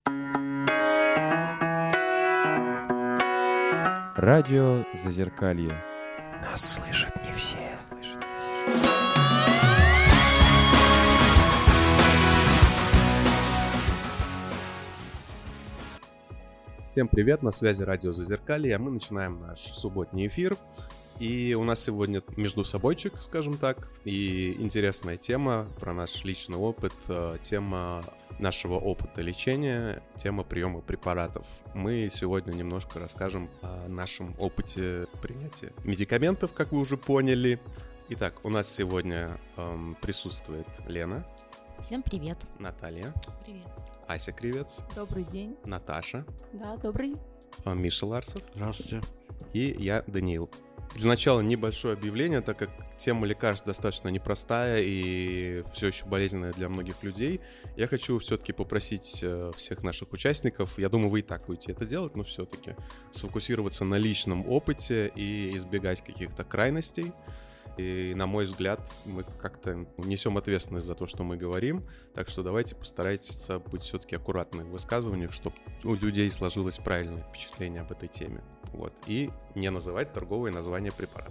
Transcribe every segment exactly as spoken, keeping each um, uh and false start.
Радио Зазеркалье. Нас слышат не все. Слышат не все. Всем привет, на связи Радио Зазеркалье, а мы начинаем наш субботний эфир. И у нас сегодня между собойчик, скажем так, и интересная тема про наш личный опыт, тема нашего опыта лечения, тема приема препаратов. Мы сегодня немножко расскажем о нашем опыте принятия медикаментов, как вы уже поняли. Итак, у нас сегодня эм, присутствует Лена. Всем привет. Наталья. Привет. Ася Кривец. Добрый день. Наташа. Да, добрый. Миша Ларсов. Здравствуйте. И я, Даниил. Для начала небольшое объявление, так как тема лекарств достаточно непростая и все еще болезненная для многих людей. Я хочу все-таки попросить всех наших участников, я думаю, вы и так будете это делать, но все-таки сфокусироваться на личном опыте и избегать каких-то крайностей. И, на мой взгляд, мы как-то несем ответственность за то, что мы говорим. Так что давайте постарайтесь быть все-таки аккуратны в высказываниях, чтобы у людей сложилось правильное впечатление об этой теме. Вот. И не называть торговые названия препаратов.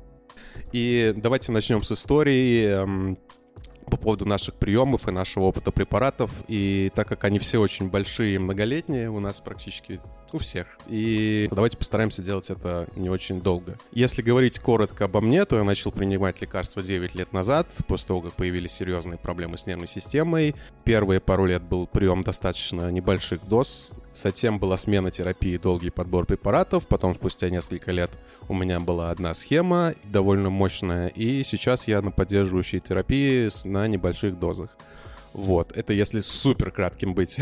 И давайте начнем с истории эм, по поводу наших приемов и нашего опыта препаратов. И так как они все очень большие и многолетние, у нас практически у всех. И давайте постараемся делать это не очень долго. Если говорить коротко обо мне, то я начал принимать лекарства девять лет назад, после того, как появились серьезные проблемы с нервной системой. Первые пару лет был прием достаточно небольших доз. Затем была смена терапии, долгий подбор препаратов. Потом, спустя несколько лет, у меня была одна схема, довольно мощная. И сейчас я на поддерживающей терапии на небольших дозах. Вот, это если супер кратким быть.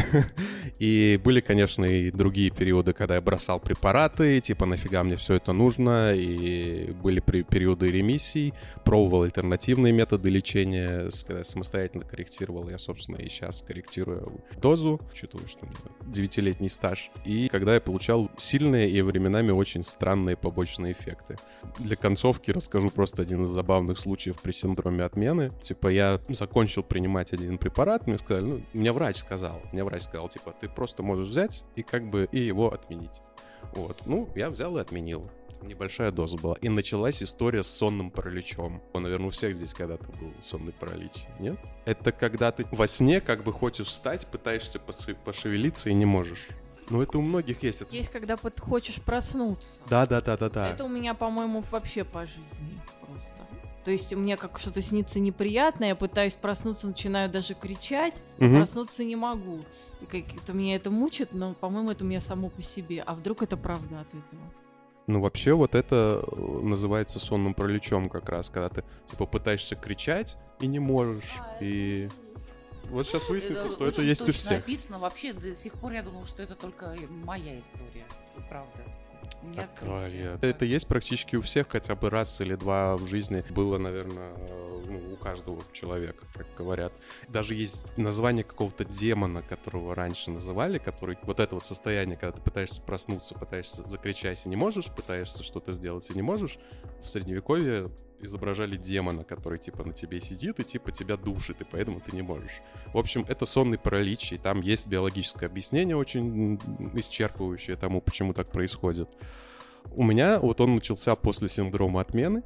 И были, конечно, и другие периоды, когда я бросал препараты, типа нафига мне все это нужно, и были периоды ремиссий, пробовал альтернативные методы лечения, когда я самостоятельно корректировал, я, собственно, и сейчас корректирую дозу, учитывая, что у меня девятилетний стаж, и когда я получал сильные и временами очень странные побочные эффекты. Для концовки расскажу просто один из забавных случаев при синдроме отмены. Типа я закончил принимать один препарат, мне сказали, ну, мне врач сказал, мне врач сказал, типа, ты просто можешь взять и как бы и его отменить. Вот, ну, я взял и отменил. Небольшая доза была. И началась история с сонным параличом. Наверное, у всех здесь когда-то был сонный паралич, нет? Это когда ты во сне как бы хочешь встать, пытаешься пошевелиться и не можешь. Ну, это у многих есть. Это... Есть, когда под... хочешь проснуться. Да-да-да-да-да. Это у меня, по-моему, вообще по жизни просто. То есть мне как что-то снится неприятное, я пытаюсь проснуться, начинаю даже кричать, угу. Проснуться не могу. И как-то меня это мучит, но, по-моему, это у меня само по себе. А вдруг это правда от этого? Ну, вообще, вот это называется сонным параличом как раз, когда ты, типа, пытаешься кричать и не можешь. А, и вот сейчас выяснится, это что это есть у всех. Написано. Вообще, до сих пор я думала, что это только моя история. Правда. Не открытие. Это есть практически у всех хотя бы раз или два в жизни. Было, наверное, ну, у каждого человека, как говорят. Даже есть название какого-то демона, которого раньше называли, который вот это вот состояние, когда ты пытаешься проснуться, пытаешься закричать и не можешь, пытаешься что-то сделать и не можешь. В Средневековье изображали демона, который типа на тебе сидит и типа тебя душит, и поэтому ты не можешь. В общем, это сонный паралич, и там есть биологическое объяснение очень исчерпывающее тому, почему так происходит. У меня вот он начался после синдрома отмены,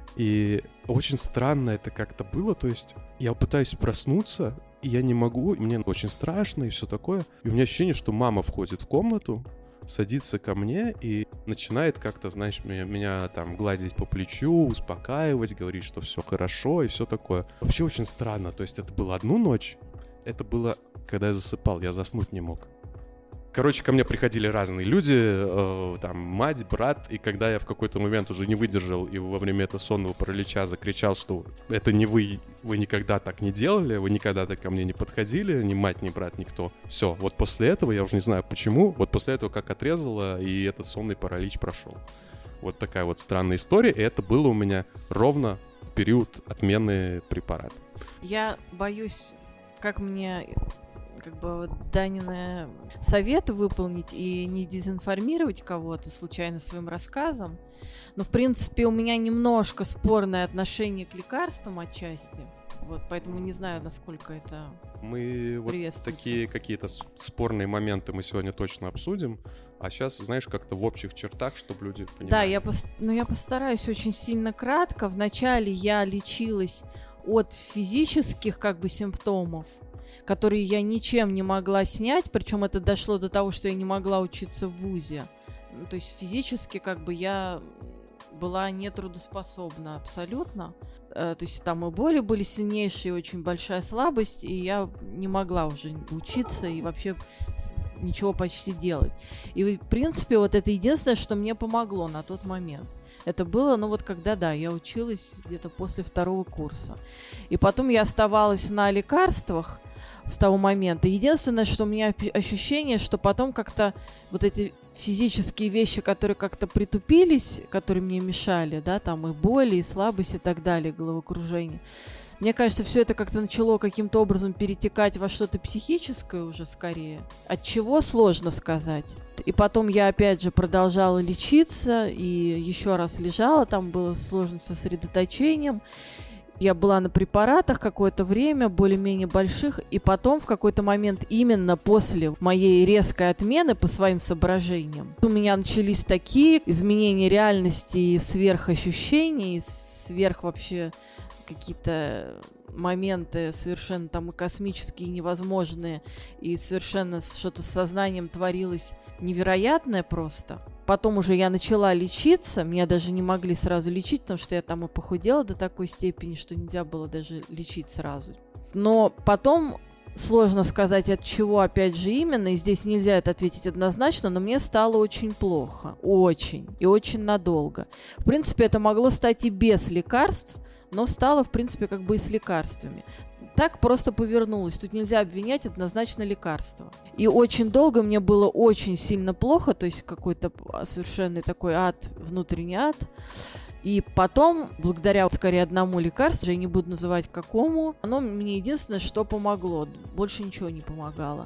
и очень странно это как-то было, то есть я пытаюсь проснуться, и я не могу, и мне очень страшно и все такое, и у меня ощущение, что мама входит в комнату, садится ко мне и начинает как-то, знаешь, меня, меня там гладить по плечу, успокаивать, говорить, что все хорошо и все такое. Вообще очень странно, то есть это было одну ночь, это было, когда я засыпал, я заснуть не мог. Короче, ко мне приходили разные люди, э, там, мать, брат, и когда я в какой-то момент уже не выдержал и во время этого сонного паралича закричал, что это не вы, вы никогда так не делали, вы никогда так ко мне не подходили, ни мать, ни брат, никто. Все, вот после этого, я уже не знаю почему, вот после этого как отрезало, и этот сонный паралич прошел. Вот такая вот странная история, и это было у меня ровно в период отмены препарата. Я боюсь, как мне... как бы Данины советы выполнить и не дезинформировать кого-то случайно своим рассказом. Но, в принципе, у меня немножко спорное отношение к лекарствам отчасти. Вот, поэтому не знаю, насколько это Мы вот приветствуется. такие какие-то с- спорные моменты мы сегодня точно обсудим. А сейчас, знаешь, как-то в общих чертах, чтобы люди понимали. Да, я, пос... ну, я постараюсь очень сильно кратко. Вначале я лечилась от физических как бы симптомов, которые я ничем не могла снять, причем это дошло до того, что я не могла учиться в вузе. Ну, то есть физически как бы я была нетрудоспособна абсолютно. Э, то есть там и боли были сильнейшие, очень большая слабость, и я не могла уже учиться и вообще с- ничего почти делать. И, в принципе, вот это единственное, что мне помогло на тот момент. Это было, ну вот когда, да, я училась где-то после второго курса. И потом я оставалась на лекарствах с того момента. Единственное, что у меня опи- ощущение, что потом как-то вот эти физические вещи, которые как-то притупились, которые мне мешали, да, там и боли, и слабость, и так далее, головокружение. Мне кажется, все это как-то начало каким-то образом перетекать во что-то психическое уже скорее. От чего сложно сказать. И потом я опять же продолжала лечиться, и еще раз лежала, там было сложно с сосредоточением. Я была на препаратах какое-то время, более-менее больших, и потом в какой-то момент именно после моей резкой отмены по своим соображениям у меня начались такие изменения реальности и сверхощущений, и сверх вообще какие-то моменты совершенно там и космические, и невозможные, и совершенно что-то с сознанием творилось невероятное просто. Потом уже я начала лечиться, меня даже не могли сразу лечить, потому что я там и похудела до такой степени, что нельзя было даже лечить сразу. Но потом сложно сказать, от чего опять же именно, и здесь нельзя это ответить однозначно, но мне стало очень плохо, очень, и очень надолго. В принципе, это могло стать и без лекарств, но стало, в принципе, как бы и с лекарствами. Так просто повернулось. Тут нельзя обвинять однозначно лекарства. И очень долго мне было очень сильно плохо, то есть какой-то совершенно такой ад, внутренний ад. И потом, благодаря скорее одному лекарству, я не буду называть какому, оно мне единственное, что помогло. Больше ничего не помогало.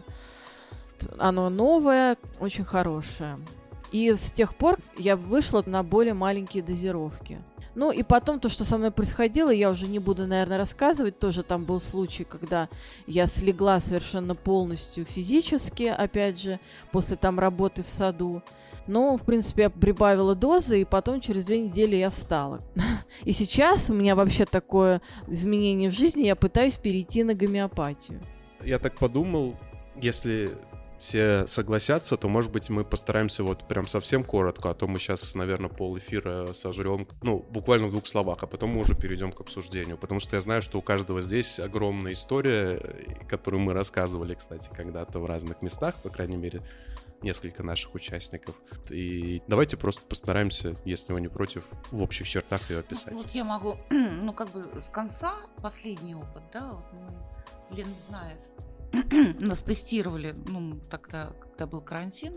Оно новое, очень хорошее. И с тех пор я вышла на более маленькие дозировки. Ну и потом то, что со мной происходило, я уже не буду, наверное, рассказывать. Тоже там был случай, когда я слегла совершенно полностью физически, опять же, после там работы в саду. Но, в принципе, я прибавила дозы, и потом через две недели я встала. И сейчас у меня вообще такое изменение в жизни, я пытаюсь перейти на гомеопатию. Я так подумал, если все согласятся, то, может быть, мы постараемся вот прям совсем коротко, а то мы сейчас, наверное, пол эфира сожрем, ну, буквально в двух словах, а потом мы уже перейдем к обсуждению, потому что я знаю, что у каждого здесь огромная история, которую мы рассказывали, кстати, когда-то в разных местах, по крайней мере, несколько наших участников. И давайте просто постараемся, если вы не против, в общих чертах ее описать. Вот я могу, ну, как бы с конца последний опыт, да, вот мы, Лена знает, нас тестировали, ну, тогда, когда был карантин,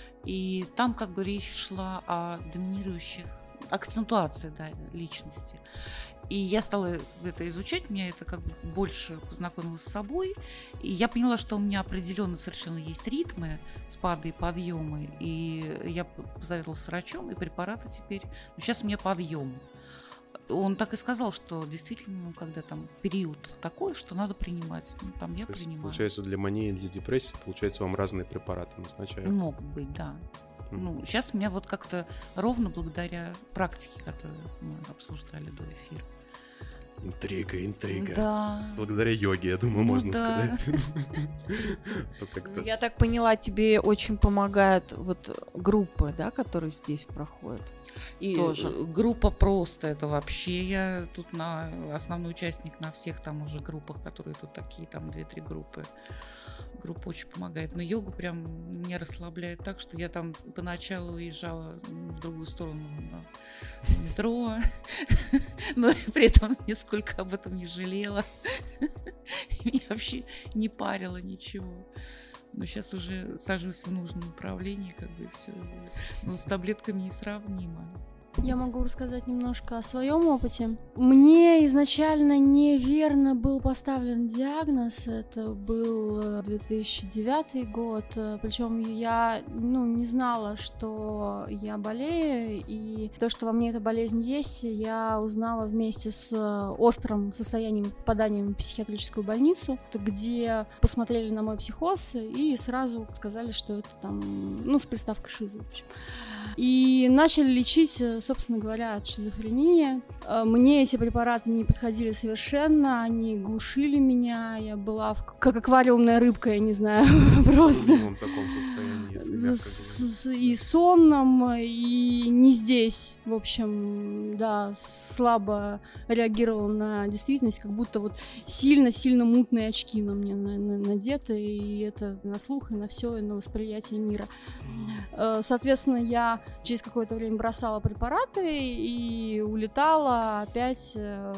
и там как бы речь шла о доминирующих, акцентуации, да, личности. И я стала это изучать, меня это как бы больше познакомило с собой, и я поняла, что у меня определенно совершенно есть ритмы, спады и подъемы, и я посоветовалась с врачом, и препараты теперь, ну, сейчас у меня подъем. Он так и сказал, что действительно, ну, когда там период такой, что надо принимать. Ну, там я То есть, принимаю. получается, для мании и для депрессии, получается, вам разные препараты назначают? Могут быть, да. Mm. Ну, сейчас у меня вот как-то ровно благодаря практике, которую мы обсуждали до эфира. Интрига, интрига. Да. Благодаря йоге, я думаю, Ну можно да. сказать. Ну, я так поняла, тебе очень помогают вот группы, да, которые здесь проходят. И Тоже. группа просто это вообще, я тут на основной участник на всех там уже группах, которые тут такие, там две-три группы. Группа очень помогает. Но йогу прям меня расслабляет так, что я там поначалу уезжала в другую сторону на метро, но при этом нисколько об этом не жалела. Меня вообще не парило ничего. Но сейчас уже сажусь в нужном направлении, как бы все. Ну, с таблетками несравнимо. Я могу рассказать немножко о своем опыте. Мне изначально неверно был поставлен диагноз. Это был две тысячи девятый год. Причем я ну, не знала, что я болею. И то, что во мне эта болезнь есть, я узнала вместе с острым состоянием попадания в психиатрическую больницу, где посмотрели на мой психоз и сразу сказали, что это там, ну, с приставкой шиза, в общем. И начали лечить, собственно говоря, от шизофрении. Мне эти препараты не подходили совершенно, они глушили меня, я была в... как аквариумная рыбка, я не знаю, просто. В таком состоянии, если мягко говоря. И сонном, и не здесь, в общем, да, слабо реагировал на действительность, как будто вот сильно-сильно мутные очки на мне надеты, и это на слух, и на все, и на восприятие мира. Соответственно, я через какое-то время бросала препараты и улетала опять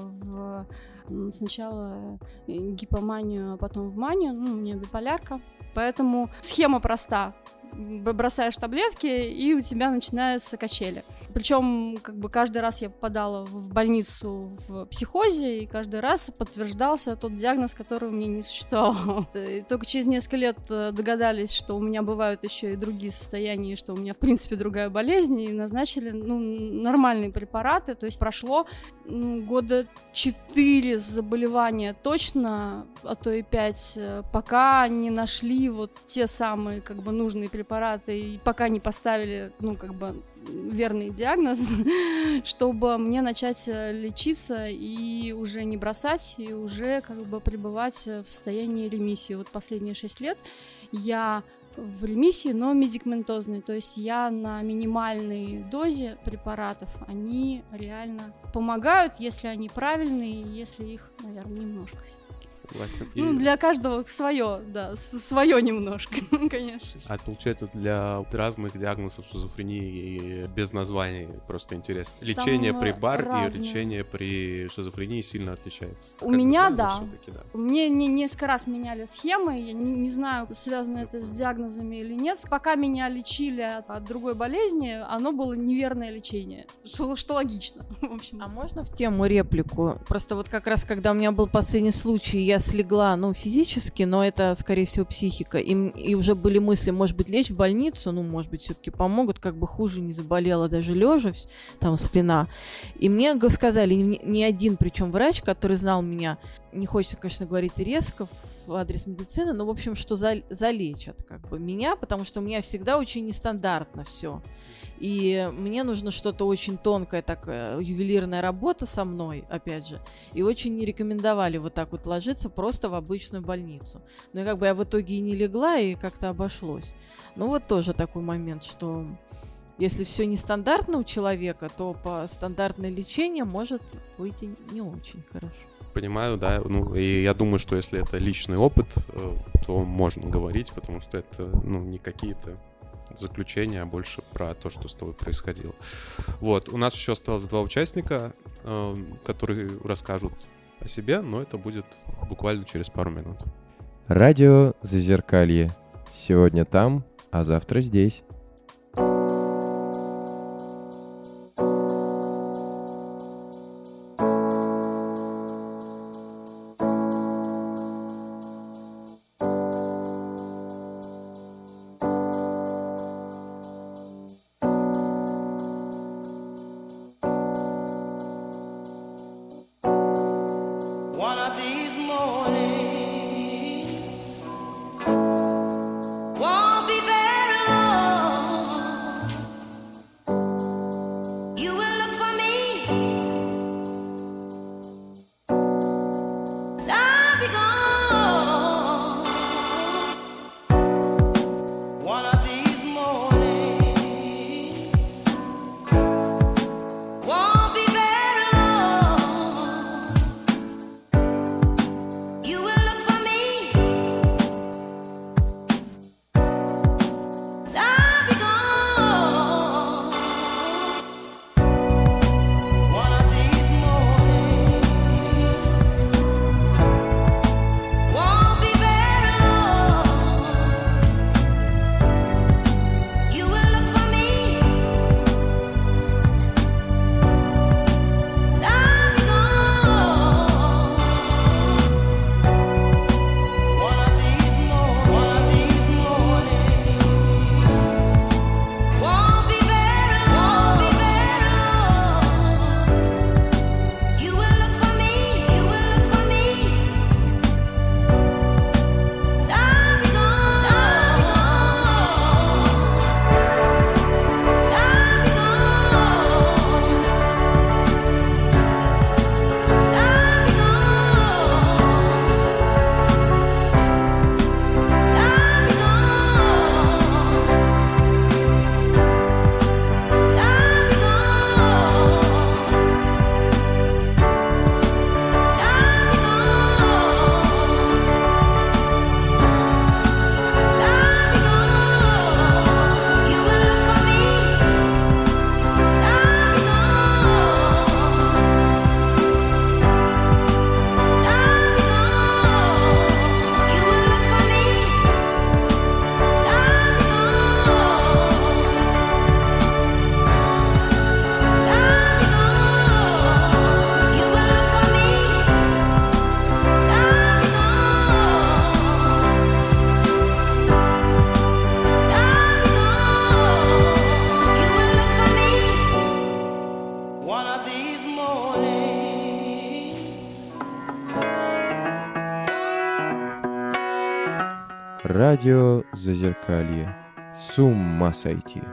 в сначала гипоманию, а потом в манию. Ну, у меня биполярка. Поэтому схема проста. Бросаешь таблетки, и у тебя начинаются качели. Причем, как бы каждый раз я попадала в больницу в психозе, и каждый раз подтверждался тот диагноз, который у меня не существовал. И только через несколько лет догадались, что у меня бывают еще и другие состояния, что у меня, в принципе, другая болезнь, и назначили ну, нормальные препараты. То есть прошло ну, года четыре заболевания точно, а то и пять, пока не нашли вот те самые как бы нужные препараты, и пока не поставили, ну, как бы верный диагноз, чтобы мне начать лечиться и уже не бросать, и уже как бы пребывать в состоянии ремиссии. Вот последние шесть лет я в ремиссии, но медикаментозной, то есть я на минимальной дозе препаратов, они реально помогают, если они правильные, если их, наверное, немножко все-таки. Согласен. Ну, И... для каждого свое, да, свое немножко, конечно. А получается, для разных диагнозов шизофрении без названий просто интересно. Лечение Там при бар разные. И лечение при шизофрении сильно отличается. У Как меня, бы, да. все-таки, да. Мне не, несколько раз меняли схемы, я не, не знаю, связано это с диагнозами или нет. Пока меня лечили от, от другой болезни, оно было неверное лечение, что, что логично, в общем. А можно в тему реплику? Просто вот как раз, когда у меня был последний случай, я слегла, ну, физически, но это, скорее всего, психика. И, и уже были мысли, может быть, лечь в больницу, ну, может быть, все-таки помогут, как бы хуже не заболела даже лежа, там, спина. И мне сказали, не, не один, причем врач, который знал меня, не хочется, конечно, говорить резко в адрес медицины, но, в общем, что за, залечат, как бы, меня, потому что у меня всегда очень нестандартно все. И мне нужно что-то очень тонкое, такая ювелирная работа со мной, опять же. И очень не рекомендовали вот так вот ложиться просто в обычную больницу. Но и как бы я в итоге и не легла, и как-то обошлось. Ну вот тоже такой момент, что если все нестандартно у человека, то по стандартное лечение может выйти не очень хорошо. Понимаю, да. Ну, и я думаю, что если это личный опыт, то можно говорить, потому что это, ну, не какие-то заключения, а больше про то, что с тобой происходило. Вот. У нас еще осталось два участника, которые расскажут о себе, но это будет буквально через пару минут. Радио Зазеркалье. Сегодня там, а завтра здесь. Won't be very long. Радио Зазеркалье. С ума сойти.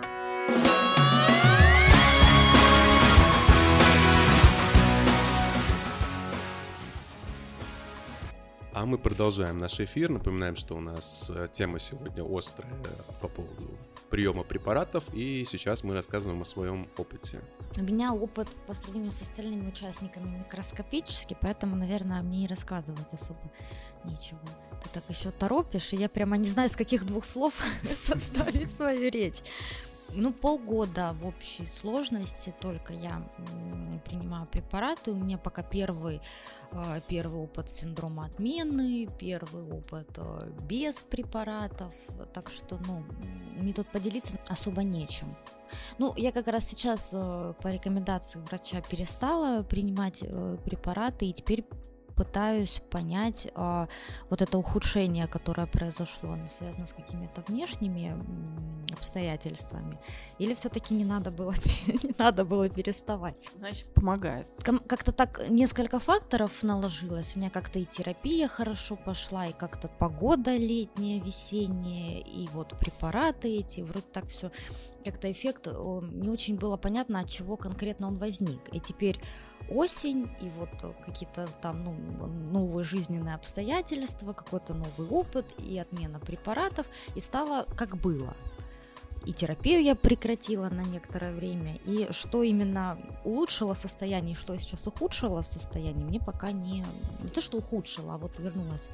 А мы продолжаем наш эфир. Напоминаем, что у нас тема сегодня острая по поводу приема препаратов, и сейчас мы рассказываем о своем опыте. У меня опыт по сравнению с остальными участниками микроскопический, поэтому, наверное, мне и рассказывать особо нечего. Ты так еще торопишь, и я прямо не знаю, с каких двух слов составить свою речь. Ну, полгода в общей сложности только я принимаю препараты. У меня пока первый, первый опыт синдрома отмены, первый опыт без препаратов. Так что, ну, мне тут поделиться особо нечем. Ну, я как раз сейчас по рекомендации врача перестала принимать препараты, и теперь пытаюсь понять а, вот это ухудшение, которое произошло, оно связано с какими-то внешними обстоятельствами, или все-таки не надо было, не надо было переставать? Значит, помогает. Как-то так несколько факторов наложилось. У меня как-то и терапия хорошо пошла, и как-то погода летняя, весенняя, и вот препараты эти, вроде так все, как-то эффект, не очень было понятно, от чего конкретно он возник. И теперь осень, и вот какие-то там ну, новые жизненные обстоятельства, какой-то новый опыт и отмена препаратов, и стало как было. И терапию я прекратила на некоторое время, и что именно улучшило состояние, и что сейчас ухудшило состояние, мне пока не... Не то, что ухудшило, а вот вернулась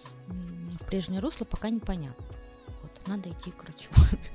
в прежнее русло, пока непонятно. Вот, надо идти к врачу.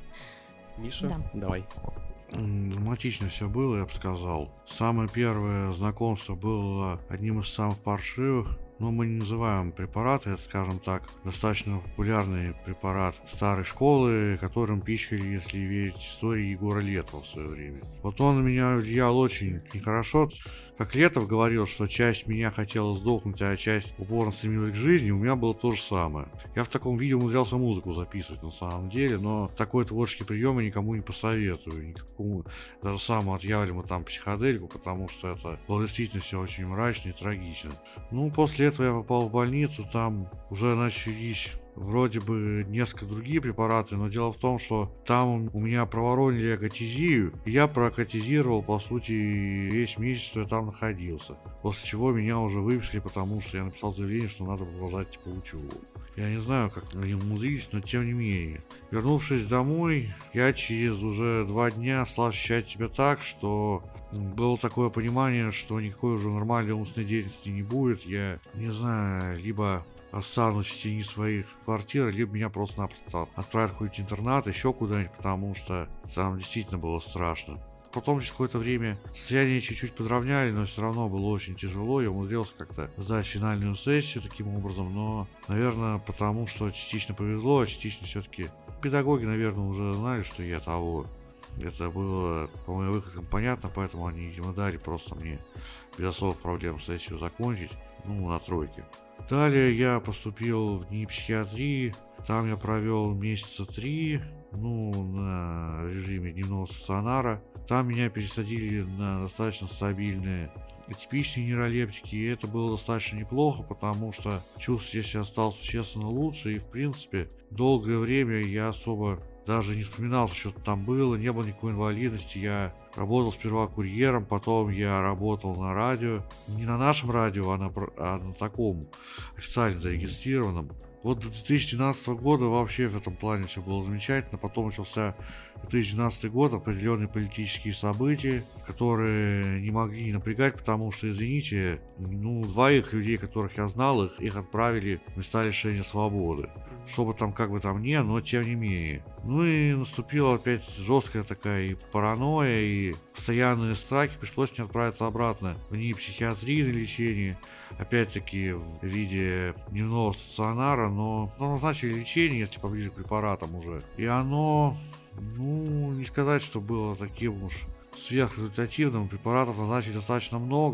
Миша, да. Давай. Драматично все было, я бы сказал. Самое первое знакомство было одним из самых паршивых. Но мы не называем препараты, это, скажем так, достаточно популярный препарат старой школы, которым пичкали, если верить истории, Егора Летова в свое время. Вот он на меня влиял очень нехорошо. Как Летов говорил, что часть меня хотела сдохнуть, а часть упорно стремилась к жизни, у меня было то же самое. Я в таком виде умудрялся музыку записывать на самом деле, но такой творческий прием я никому не посоветую, никакому, даже самому отъявленному там психоделику, потому что это было действительно все очень мрачно и трагично. Ну, после этого я попал в больницу, там уже начались вроде бы несколько другие препараты, но дело в том, что там у меня проворонили акатизию, и я проакатизировал, по сути, весь месяц, что я там находился. После чего меня уже выписали, потому что я написал заявление, что надо продолжать типа учебу. Я не знаю, как они умудрились, но тем не менее. Вернувшись домой, я через уже два дня стал ощущать себя так, что было такое понимание, что никакой уже нормальной умственной деятельности не будет. Я не знаю, либо останусь в тени своих квартир, либо меня просто-напросто отправят в какой-нибудь интернат, еще куда-нибудь, потому что там действительно было страшно. Потом через какое-то время состояние чуть-чуть подровняли, но все равно было очень тяжело. Я умудрился как-то сдать финальную сессию таким образом, но, наверное, потому что частично повезло, а частично все-таки педагоги, наверное, уже знали, что я того. Это было, по моим выходкам, понятно, поэтому они, видимо, дали просто мне без особых проблем сессию закончить, ну, на тройке. Далее я поступил в НИИ психиатрии, там я провел месяца три, ну, на режиме дневного стационара. Там меня пересадили на достаточно стабильные атипичные нейролептики, и это было достаточно неплохо, потому что чувствовать я себя стал существенно лучше, и, в принципе, долгое время я особо даже не вспоминал, что что-то там было, не было никакой инвалидности. Я работал сперва курьером, потом я работал на радио. Не на нашем радио, а на, а на таком официально зарегистрированном. Вот до две тысячи двенадцатого года вообще в этом плане все было замечательно. Потом начался две тысячи двенадцатый год, определенные политические события, которые не могли не напрягать, потому что, извините, ну, двоих людей, которых я знал, их, их отправили в места лишения свободы. Что бы там, как бы там ни, но тем не менее. Ну и наступила опять жесткая такая и паранойя, и постоянные страхи. Пришлось мне отправиться обратно в НИИ психиатрии на лечение. Опять-таки в виде дневного стационара, но назначили лечение, если поближе к препаратам уже. И оно, ну, не сказать, что было таким уж сверхрезультативным. Препаратов назначили достаточно много.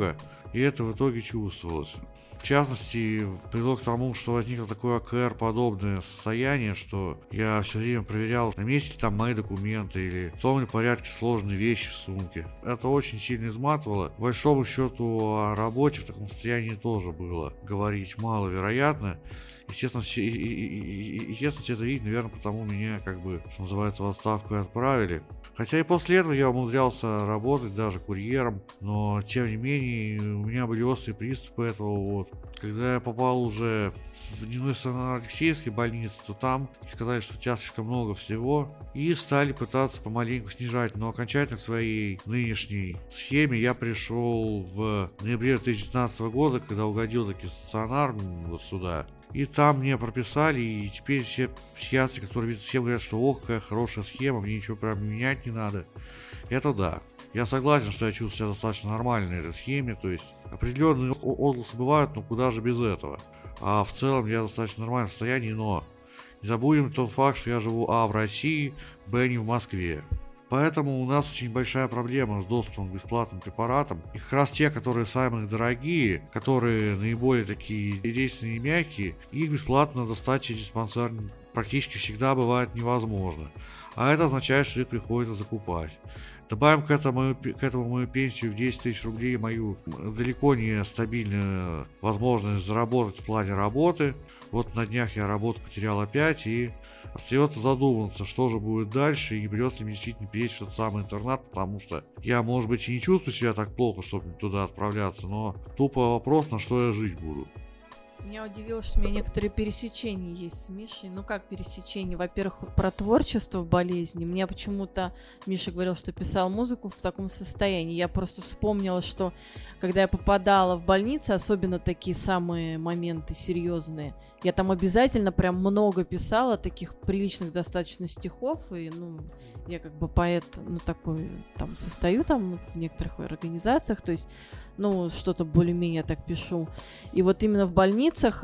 И это в итоге чувствовалось. В частности, привело к тому, что возникло такое АКР-подобное состояние, что я все время проверял, на месте ли там мои документы или в том ли порядке сложные вещи в сумке. Это очень сильно изматывало. По большому счету о работе в таком состоянии тоже было говорить маловероятно. Естественно, все, и, и, и, естественно, все это видят, наверное, потому меня, как бы, что называется, в отставку и отправили. Хотя и после этого я умудрялся работать даже курьером, но, тем не менее, у меня были острые приступы этого вот. Когда я попал уже в дневную Алексеевской больницу, то там сказали, что у тебя слишком много всего, и стали пытаться помаленьку снижать, но окончательно к своей нынешней схеме я пришел в ноябре две тысячи девятнадцатого года, когда угодил таки в стационар вот сюда. И там мне прописали, и теперь все психиатры, которые видят всем, говорят, что ох, какая хорошая схема, мне ничего прям менять не надо. Это да. Я согласен, что я чувствую себя достаточно нормально на этой схеме, то есть определенные отголосы бывают, но куда же без этого. А в целом я достаточно нормальном состоянии, но не забудем тот факт, что я живу а в России, б не в Москве. Поэтому у нас очень большая проблема с доступом к бесплатным препаратам. И как раз те, которые самые дорогие, которые наиболее такие действенные и мягкие, их бесплатно достать через диспансер практически всегда бывает невозможно. А это означает, что их приходится закупать. Добавим к этому, к этому мою пенсию в десять тысяч рублей, мою далеко не стабильную возможность заработать в плане работы. Вот на днях я работу потерял опять, и остается задуматься, что же будет дальше, и не придется ли мне действительно перейти в тот самый интернат, потому что я, может быть, и не чувствую себя так плохо, чтобы туда отправляться, но тупо вопрос, на что я жить буду. Меня удивило, что у меня некоторые пересечения есть с Мишей. Ну как пересечения? Во-первых, про творчество в болезни. Мне почему-то Миша говорил, что писал музыку в таком состоянии. Я просто вспомнила, что когда я попадала в больницу, особенно такие самые моменты серьезные, я там обязательно прям много писала таких приличных достаточно стихов. И, ну, я как бы поэт, ну, такой, там, состою там в некоторых организациях, то есть, ну, что-то более-менее так пишу. И вот именно в больницах,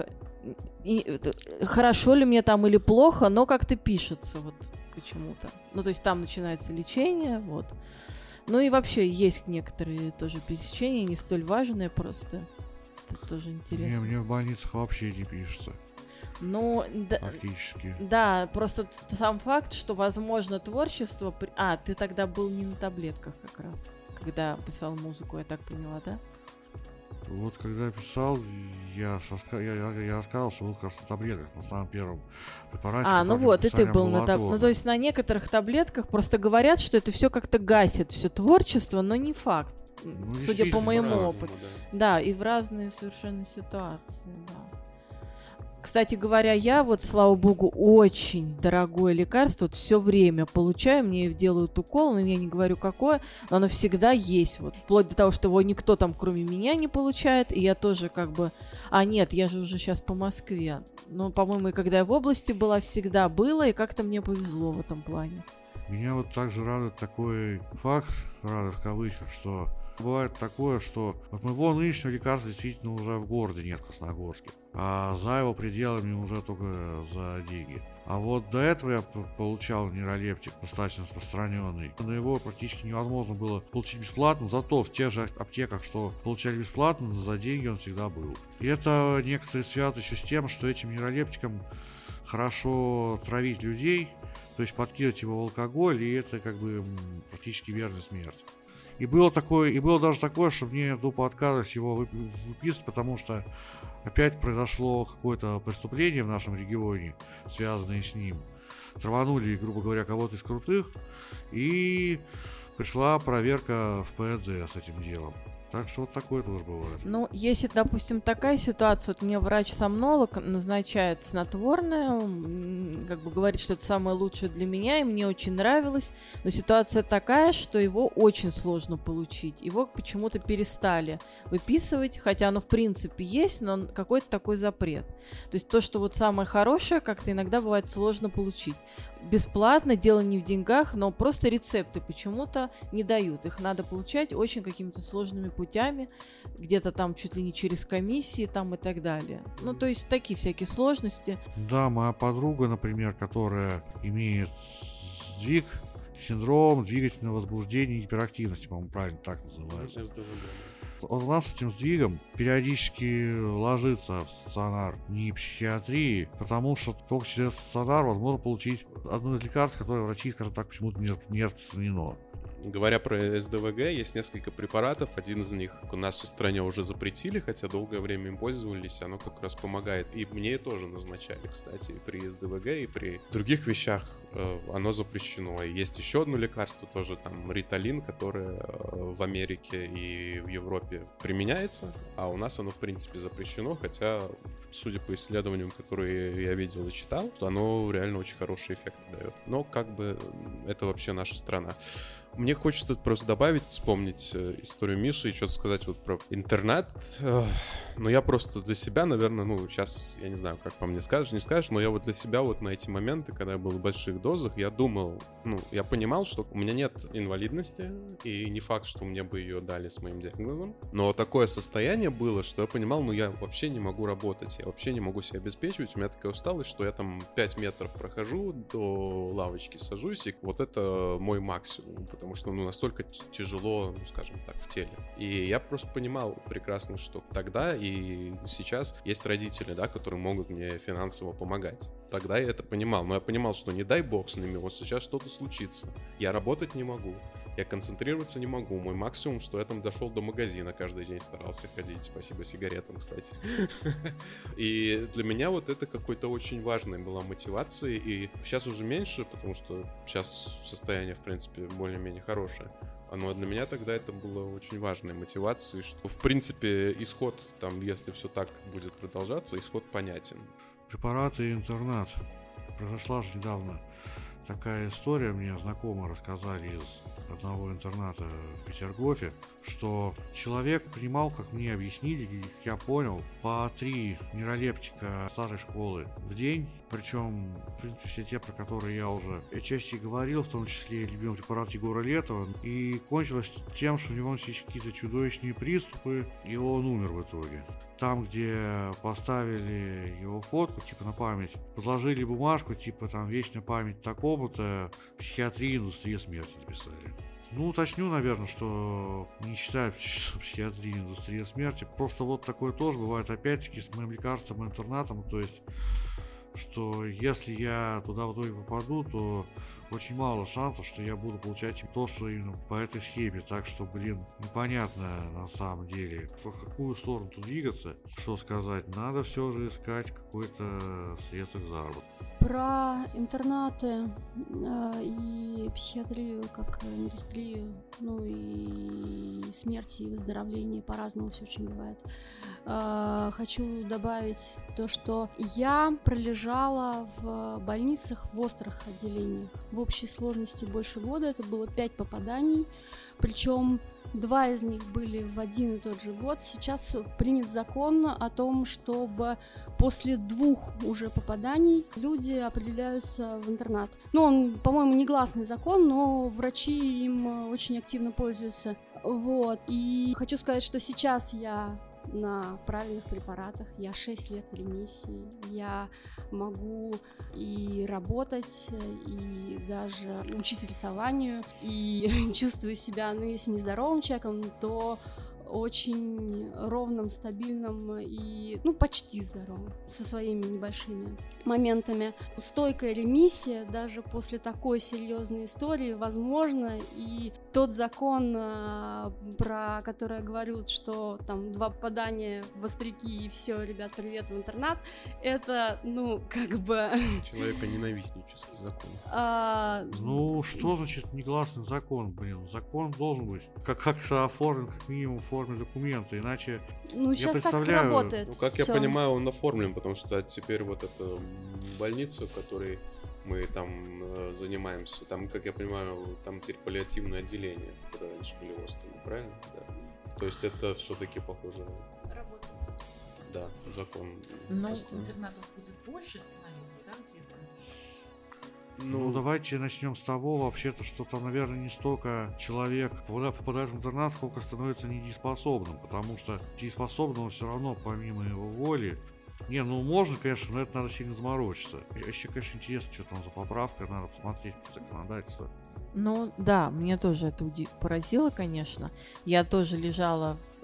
и, хорошо ли мне там или плохо, но как-то пишется вот почему-то. Ну, то есть там начинается лечение, вот. Ну и вообще есть некоторые тоже пересечения, не столь важные просто. Это тоже интересно. Не, мне в больницах вообще не пишется. Ну, да, практически. Да, просто сам факт, что возможно творчество... А, ты тогда был не на таблетках как раз, когда писал музыку, я так поняла, да? Вот когда я писал, я, я, я, я рассказал, что был как раз на таблетках, на самом первом препарате. А, ну вот, и ты был на таблетках. Ну, то есть на некоторых таблетках просто говорят, что это все как-то гасит, все творчество, но не факт. Ну, судя по моему опыту. Да. да, и в разные совершенно ситуации, да. Кстати говоря, я вот, слава богу, очень дорогое лекарство вот все время получаю, мне делают укол, но я не говорю какое, но оно всегда есть, вот, вплоть до того, что его никто там кроме меня не получает, и я тоже как бы, а нет, я же уже сейчас по Москве, но, по-моему, и когда я в области была, всегда было, и как-то мне повезло в этом плане. Меня вот также радует такой факт, радует в кавычках, что бывает такое, что вот моего нынешнего лекарства действительно уже в городе нет, в Красногорске, а за его пределами уже только за деньги. А вот до этого я получал нейролептик, достаточно распространенный. Но его практически невозможно было получить бесплатно, зато в тех же аптеках, что получали бесплатно, за деньги он всегда был. И это некоторые связано еще с тем, что этим нейролептиком хорошо травить людей, то есть подкидывать его в алкоголь, и это как бы практически верная смерть. И было такое, и было даже такое, что мне тупо отказывались его выписывать, потому что опять произошло какое-то преступление в нашем регионе, связанное с ним. Траванули, грубо говоря, кого-то из крутых, и пришла проверка в ПНД с этим делом. Так что вот такое тоже бывает. Ну, если, допустим, такая ситуация, вот мне врач-сомнолог назначает снотворное, как бы говорит, что это самое лучшее для меня, и мне очень нравилось, но ситуация такая, что его очень сложно получить. Его почему-то перестали выписывать, хотя оно в принципе есть, но какой-то такой запрет. То есть то, что вот самое хорошее, как-то иногда бывает сложно получить. Бесплатно, дело не в деньгах, но просто рецепты почему-то не дают. Их надо получать очень какими-то сложными путями, где-то там чуть ли не через комиссии там и так далее. Ну, то есть такие всякие сложности. Да, моя подруга, например, которая имеет сдвиг, синдром двигательного возбуждения и гиперактивности, по-моему, правильно так называется. у нас с этим сдвигом периодически ложится в стационар не психиатрии, потому что только через стационар возможно получить одно из лекарств, которое врачи, скажем так, почему-то не, не распространено. Говоря про эс дэ вэ гэ, есть несколько препаратов. Один из них в нашей стране уже запретили, хотя долгое время им пользовались. Оно как раз помогает. И мне тоже назначали, кстати, и при эс дэ вэ гэ, и при других вещах э, оно запрещено. И есть еще одно лекарство, тоже там Риталин, которое э, в Америке и в Европе применяется, а у нас оно, в принципе, запрещено. Хотя, судя по исследованиям, которые я видел и читал, оно реально очень хороший эффект дает. Но как бы это вообще наша страна. Мне хочется просто добавить, вспомнить э, историю Миши и что-то сказать вот про интернет. Эх, но я просто для себя, наверное, ну, сейчас, я не знаю, как по мне скажешь, не скажешь, но я вот для себя вот на эти моменты, когда я был в больших дозах, я думал, ну, я понимал, что у меня нет инвалидности, и не факт, что мне бы ее дали с моим диагнозом. Но такое состояние было, что я понимал, ну, я вообще не могу работать, я вообще не могу себя обеспечивать. У меня такая усталость, что я там пять метров прохожу, до лавочки сажусь, и вот это мой максимум, потому что, ну, настолько тяжело, ну, скажем так, в теле. И я просто понимал прекрасно, что тогда и сейчас есть родители, да, которые могут мне финансово помогать. Тогда я это понимал, но я понимал, что не дай бог с ними, вот сейчас что-то случится. Я работать не могу, я концентрироваться не могу. Мой максимум, что я там дошел до магазина, каждый день старался ходить. Спасибо сигаретам, кстати. И для меня вот это какой-то очень важной была мотивацией. И сейчас уже меньше, потому что сейчас состояние, в принципе, более-менее хорошее. Но для меня тогда это было очень важной мотивацией, что, в принципе, исход, там, если все так будет продолжаться, исход понятен. Препараты и интернат. Произошла же недавно такая история, мне знакомые рассказали из одного интерната в Петергофе, что человек принимал, как мне объяснили, и как я понял, по три нейролептика старой школы в день, причем, в принципе, все те, про которые я уже отчасти говорил, в том числе любимый препарат Егора Летова, и кончилось тем, что у него начались какие-то чудовищные приступы, и он умер в итоге. Там, где поставили его фотку, типа на память, подложили бумажку, типа там вечная память такому-то, психиатрия, индустрия смерти написали. Ну, уточню, наверное, что не считаю психиатрию индустрия смерти. Просто вот такое тоже бывает, опять-таки, с моим лекарством и интернатом. То есть, что если я туда в итоге попаду, то очень мало шансов, что я буду получать то, что именно по этой схеме. Так что, блин, непонятно на самом деле, в какую сторону тут двигаться, что сказать. Надо все же искать какое-то средство к заработку. Про интернаты э, и психиатрию как индустрию, ну и смерти, и выздоровление, по-разному все очень бывает. Э, хочу добавить то, что я пролежала в больницах в острых отделениях. В общей сложности больше года, это было пять попаданий, причем два из них были в один и тот же год. Сейчас принят закон о том, чтобы после двух уже попаданий люди определяются в интернат. Ну, он, по-моему, негласный закон, но врачи им очень активно пользуются. Вот. И хочу сказать, что сейчас я на правильных препаратах, я шесть лет в ремиссии, я могу и работать, и даже учить рисованию, и чувствую себя, ну, если не здоровым человеком, то очень ровным, стабильным и, ну, почти здоровым, со своими небольшими моментами. Стойкая ремиссия даже после такой серьезной истории возможно, и тот закон, про который я говорю, что там два попадания в остряки и все, ребят, привет в интернат, это, ну, как бы... Человеконенавистнический закон. А... Ну, что значит негласный закон, блин? Закон должен быть как- как-то оформлен, как минимум, в форме документа, иначе Ну, я сейчас представляю... так работает. Ну, как Всё. я понимаю, он оформлен, потому что теперь вот эта больница, в которой мы там э, занимаемся, там, как я понимаю, там теперь паллиативное отделение, которое раньше были острыми, правильно? Да. То есть это все-таки похоже... Работает. Да, закон. Ну, Просто- интернатов будет больше становиться, да, где-то? Ну, давайте начнем с того, вообще-то, что там, наверное, не столько человек попадает в интернат, сколько становится недееспособным, потому что дееспособного все равно, помимо его воли, не, ну можно, конечно, но это надо сильно заморочиться. Еще, конечно, интересно, что там за поправка, надо посмотреть законодательство. Ну да, мне тоже это уди- поразило, конечно. Я тоже лежала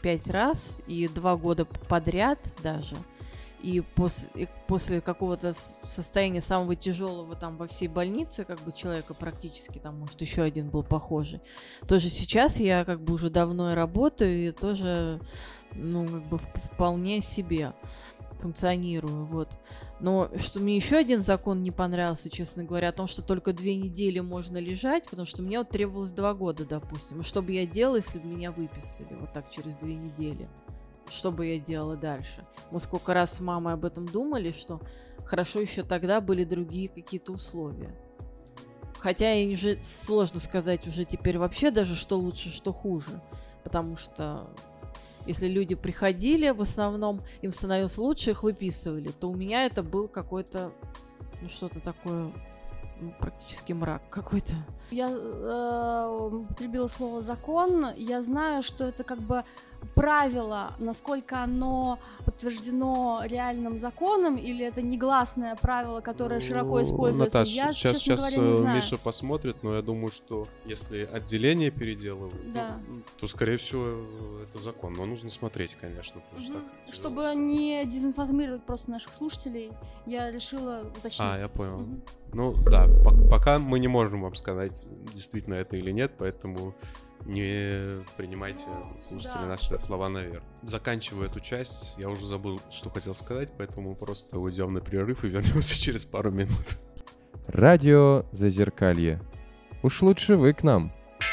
пять раз, и два года подряд даже. И после, и после какого-то состояния самого тяжелого там во всей больнице, как бы человека практически, там, может, еще один был похожий. Тоже сейчас я как бы уже давно и работаю, и тоже, ну, как бы вполне себе функционирую, вот. Но что мне еще один закон не понравился, честно говоря, о том, что только две недели можно лежать, потому что мне вот требовалось два года, допустим. И что бы я делала, если бы меня выписали вот так через две недели? Что бы я делала дальше? Мы сколько раз с мамой об этом думали, что хорошо еще тогда были другие какие-то условия. Хотя и уже сложно сказать уже теперь вообще даже, что лучше, что хуже. Потому что если люди приходили, в основном им становилось лучше, их выписывали, то у меня это был какой-то, ну, что-то такое, ну, практически мрак какой-то. Я э, употребила слово «закон». Я знаю, что это как бы правило, насколько оно подтверждено реальным законом, или это негласное правило, которое широко используется. Наташ, я, сейчас, честно сейчас говоря, не знаю. Миша посмотрит, но я думаю, что если отделение переделывают, да. ну, то, скорее всего, это закон. Но нужно смотреть, конечно. Просто Угу. так, Чтобы не дезинформировать просто наших слушателей, я решила уточнить. А, я понял. Угу. Ну да, по- пока мы не можем вам сказать, действительно это или нет, поэтому не принимайте, слушатели, да. наши слова наверх. Заканчиваю эту часть, я уже забыл, что хотел сказать, поэтому просто уйдем на перерыв и вернемся через пару минут. Радио Зазеркалье. Уж лучше вы к нам.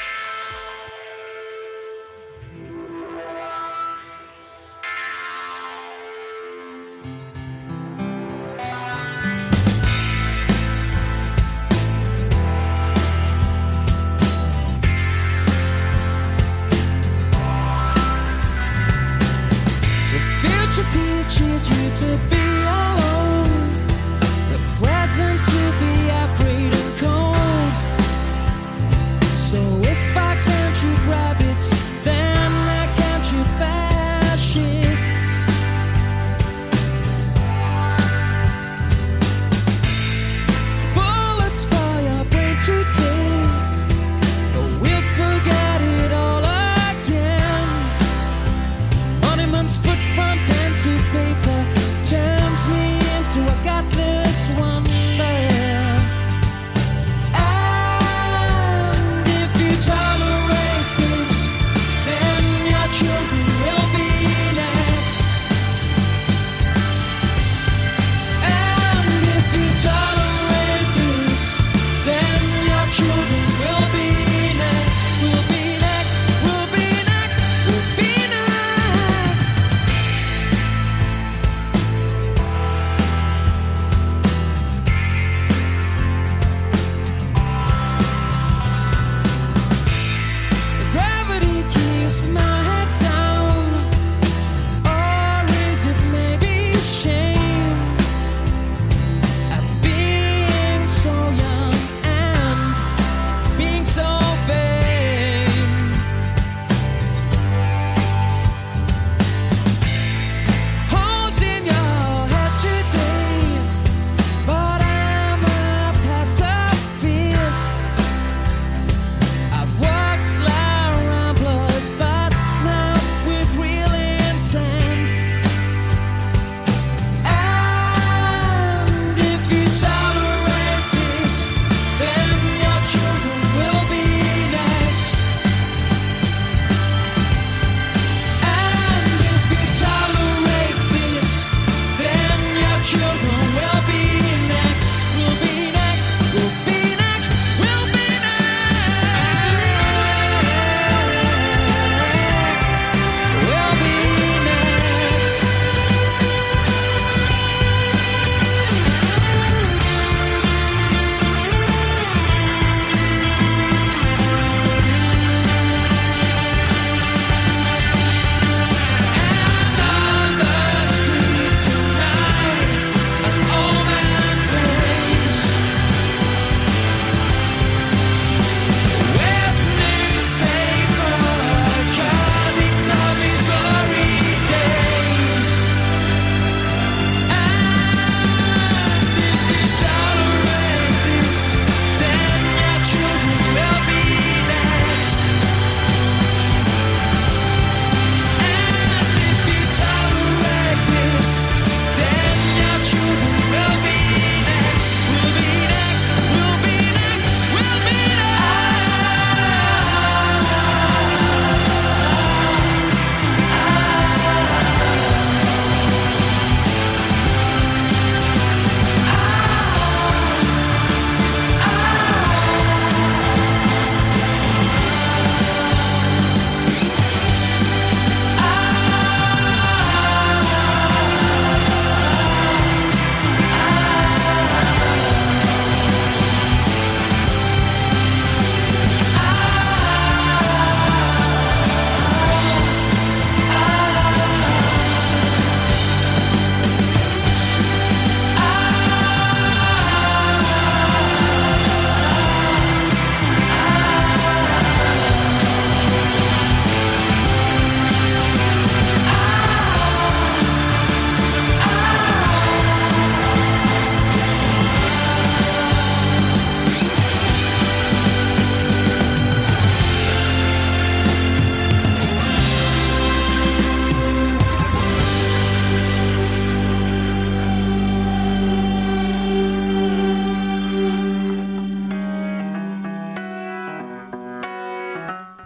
Teaches you to be alone, the present to be afraid and cold. So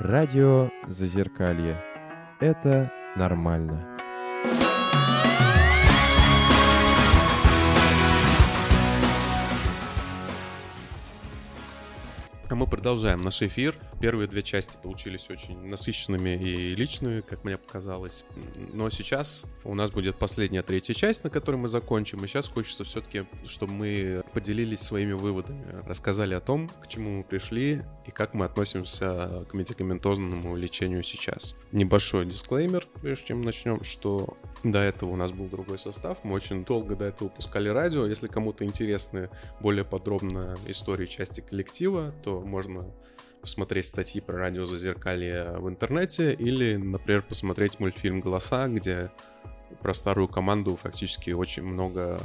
Радио Зазеркалье. Это нормально. А мы продолжаем наш эфир. Первые две части получились очень насыщенными и личными, как мне показалось. Но сейчас у нас будет последняя, третья часть, на которой мы закончим. И сейчас хочется все-таки, чтобы мы поделились своими выводами, рассказали о том, к чему мы пришли и как мы относимся к медикаментозному лечению сейчас. Небольшой дисклеймер, прежде чем начнем, что до этого у нас был другой состав. Мы очень долго до этого выпускали радио. Если кому-то интересны более подробно истории части коллектива, то можно посмотреть статьи про радио Зазеркалье в интернете или, например, посмотреть мультфильм «Голоса», где про старую команду фактически очень много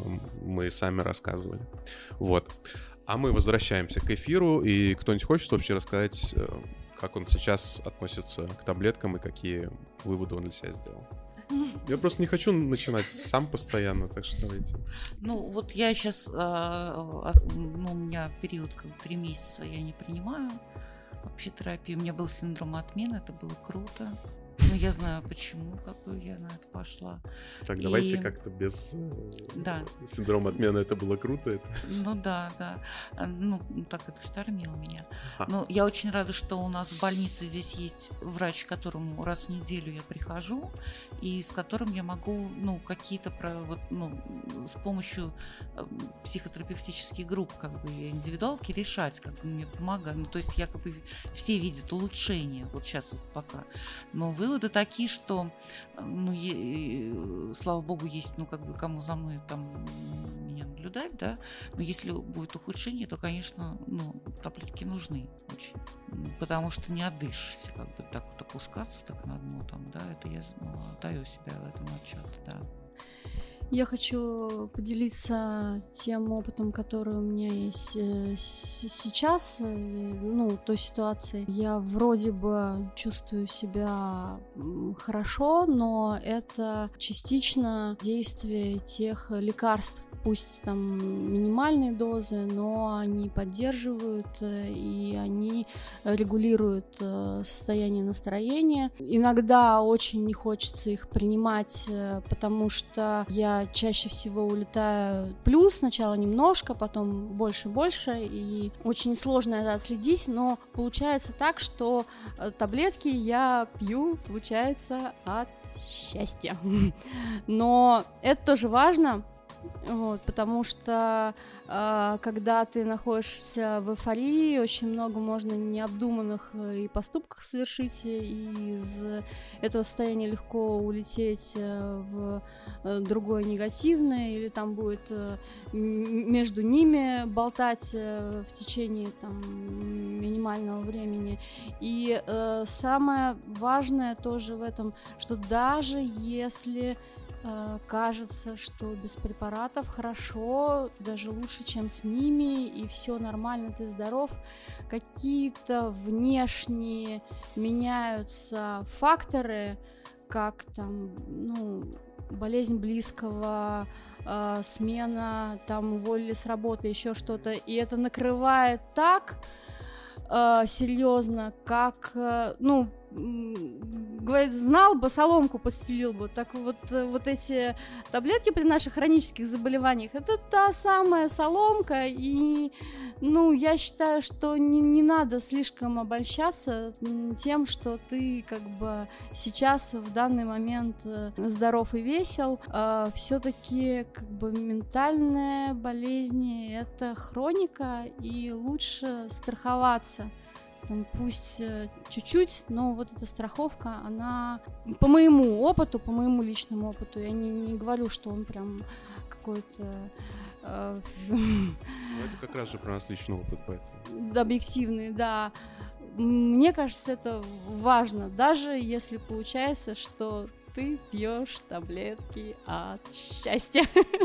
мы сами рассказывали. Вот. А мы возвращаемся к эфиру, и кто-нибудь хочет вообще рассказать, как он сейчас относится к таблеткам и какие выводы он для себя сделал? Я просто не хочу начинать сам постоянно, так что давайте. Ну, вот я сейчас, ну, у меня период как три месяца я не принимаю вообще терапию. У меня был синдром отмены, это было круто. Но я знаю, почему, как бы я на это пошла. Так, И... давайте как-то без да. синдрома отмены, это было круто. Это... Ну да, да. Ну, так это штормило меня. А. Но я очень рада, что у нас в больнице здесь есть врач, к которому раз в неделю я прихожу, и с которым я могу, ну, какие-то, про, вот, ну, с помощью психотерапевтических групп, как бы, индивидуалки решать, как бы мне помогают. Ну, то есть я, как бы, все видят улучшение, вот сейчас вот пока. Но выводы такие, что, ну, е- слава богу, есть, ну, как бы, кому за мной там меня наблюдать, да, но если будет ухудшение, то, конечно, ну, таблетки нужны очень, потому что не отдышишься, как бы, так вот опускаться так на дно, там, да, это я, ну, даю себя в этом отчет, да. Я хочу поделиться тем опытом, который у меня есть сейчас, ну, той ситуации. Я вроде бы чувствую себя хорошо, но это частично действие тех лекарств, пусть там минимальные дозы, но они поддерживают и они регулируют состояние настроения. Иногда очень не хочется их принимать, потому что я чаще всего улетаю плюс, сначала немножко, потом больше-больше, и очень сложно это отследить, но получается так, что таблетки я пью, получается, от счастья. Но это тоже важно. Вот, потому что э, когда ты находишься в эйфории, очень много можно необдуманных и поступков совершить, и из этого состояния легко улететь в другое негативное, или там будет э, между ними болтать э, в течение там, минимального времени. И э, самое важное тоже в этом, что даже если кажется, что без препаратов хорошо, даже лучше, чем с ними, и все нормально, ты здоров, какие-то внешние меняются факторы, как там, ну, болезнь близкого, э, смена, там, уволили с работы, еще что-то, и это накрывает так э, серьезно, как, э, ну, говорит, знал бы, соломку подстелил бы. Так вот, вот эти таблетки при наших хронических заболеваниях, это та самая соломка, и, ну, я считаю, что не, не надо слишком обольщаться тем, что ты, как бы, сейчас, в данный момент здоров и весел. А все-таки, как бы, ментальная болезнь — это хроника, и лучше страховаться. Там, пусть э, чуть-чуть, но вот эта страховка, она по моему опыту, по моему личному опыту, я не, не говорю, что он прям какой-то... Э, это как раз же про нас личный опыт, поэтому. Объективный, да. Мне кажется, это важно, даже если получается, что ты пьешь таблетки от счастья.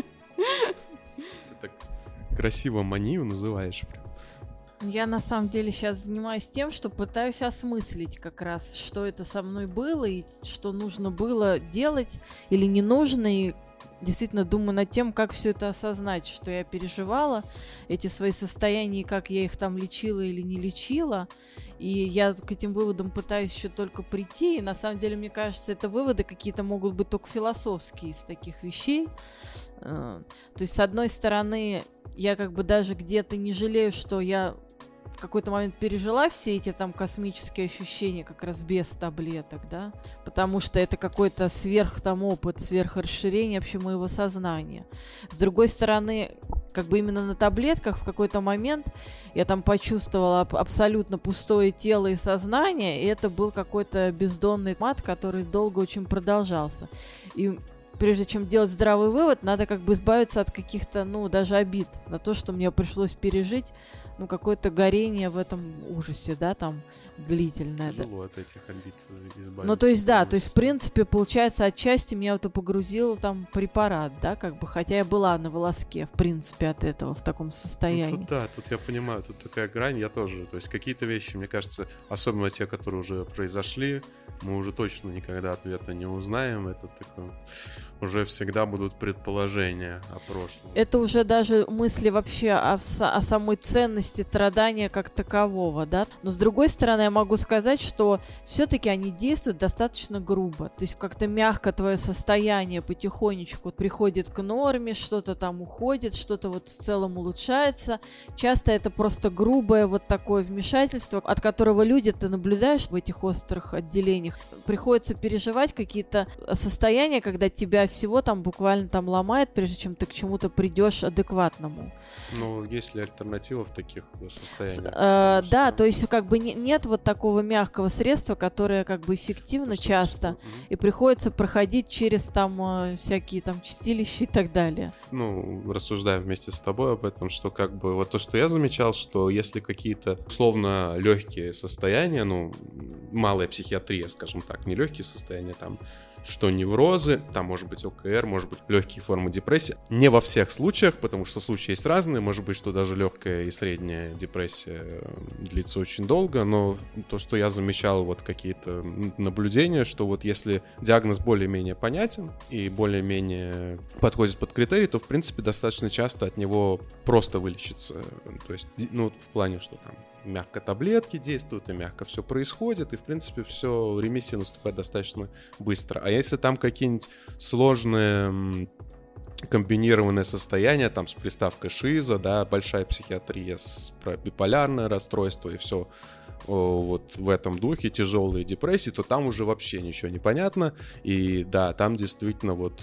Ты так красиво манию называешь прям. Я на самом деле сейчас занимаюсь тем, что пытаюсь осмыслить как раз, что это со мной было и что нужно было делать или не нужно, и действительно думаю над тем, как все это осознать, что я переживала, эти свои состояния, как я их там лечила или не лечила. И я к этим выводам пытаюсь еще только прийти, и на самом деле, мне кажется, это выводы какие-то могут быть только философские из таких вещей. То есть, с одной стороны, я как бы даже где-то не жалею, что я в какой-то момент пережила все эти там космические ощущения как раз без таблеток, да, потому что это какой-то сверх там опыт, сверхрасширение вообще моего сознания. С другой стороны, как бы именно на таблетках в какой-то момент я там почувствовала аб- абсолютно пустое тело и сознание, и это был какой-то бездонный мат, который долго очень продолжался. И прежде чем делать здравый вывод, надо как бы избавиться от каких-то, ну, даже обид на то, что мне пришлось пережить, ну, какое-то горение в этом ужасе, да, там, длительное. Тяжело Да. от этих обид избавиться. Ну, то есть, да, то есть, в принципе, получается, отчасти меня вот и погрузил там препарат, да, как бы, хотя я была на волоске, в принципе, от этого, в таком состоянии. Ну, тут, да, тут я понимаю, тут такая грань, я тоже, то есть, какие-то вещи, мне кажется, особенно те, которые уже произошли, мы уже точно никогда ответа не узнаем, это такое, уже всегда будут предположения о прошлом. Это уже даже мысли вообще о, о самой ценности страдания как такового, да. Но с другой стороны, я могу сказать, что все-таки они действуют достаточно грубо. То есть как-то мягко твое состояние потихонечку приходит к норме, что-то там уходит, что-то вот в целом улучшается. Часто это просто грубое вот такое вмешательство, от которого люди, ты наблюдаешь в этих острых отделениях, приходится переживать какие-то состояния, когда тебя всего там буквально там ломает, прежде чем ты к чему-то придешь адекватному. Ну, есть ли альтернатива в таких состояниях? Э, да, то есть как бы не, нет вот такого мягкого средства, которое как бы эффективно Что, часто, что? и приходится проходить через там э, всякие там чистилища и так далее. Ну, рассуждаем вместе с тобой об этом, что как бы вот то, что я замечал, что если какие-то условно легкие состояния, ну, малая психиатрия, скажем так, не легкие состояния, там, что неврозы, там может быть ОКР, может быть легкие формы депрессии. Не во всех случаях, потому что случаи есть разные. Может быть, что даже легкая и средняя депрессия длится очень долго, но то, что я замечал, вот какие-то наблюдения, что вот если диагноз более-менее понятен и более-менее подходит под критерии, то, в принципе, достаточно часто от него просто вылечиться. То есть, ну, в плане, что там мягко таблетки действуют, и мягко все происходит, и, в принципе, все, ремиссия наступает достаточно быстро. А если там какие-нибудь сложные комбинированное состояние, там, с приставкой шиза, да, большая психиатрия, с, про биполярное расстройство и все вот в этом духе, тяжелые депрессии, то там уже вообще ничего не понятно, и да, там действительно вот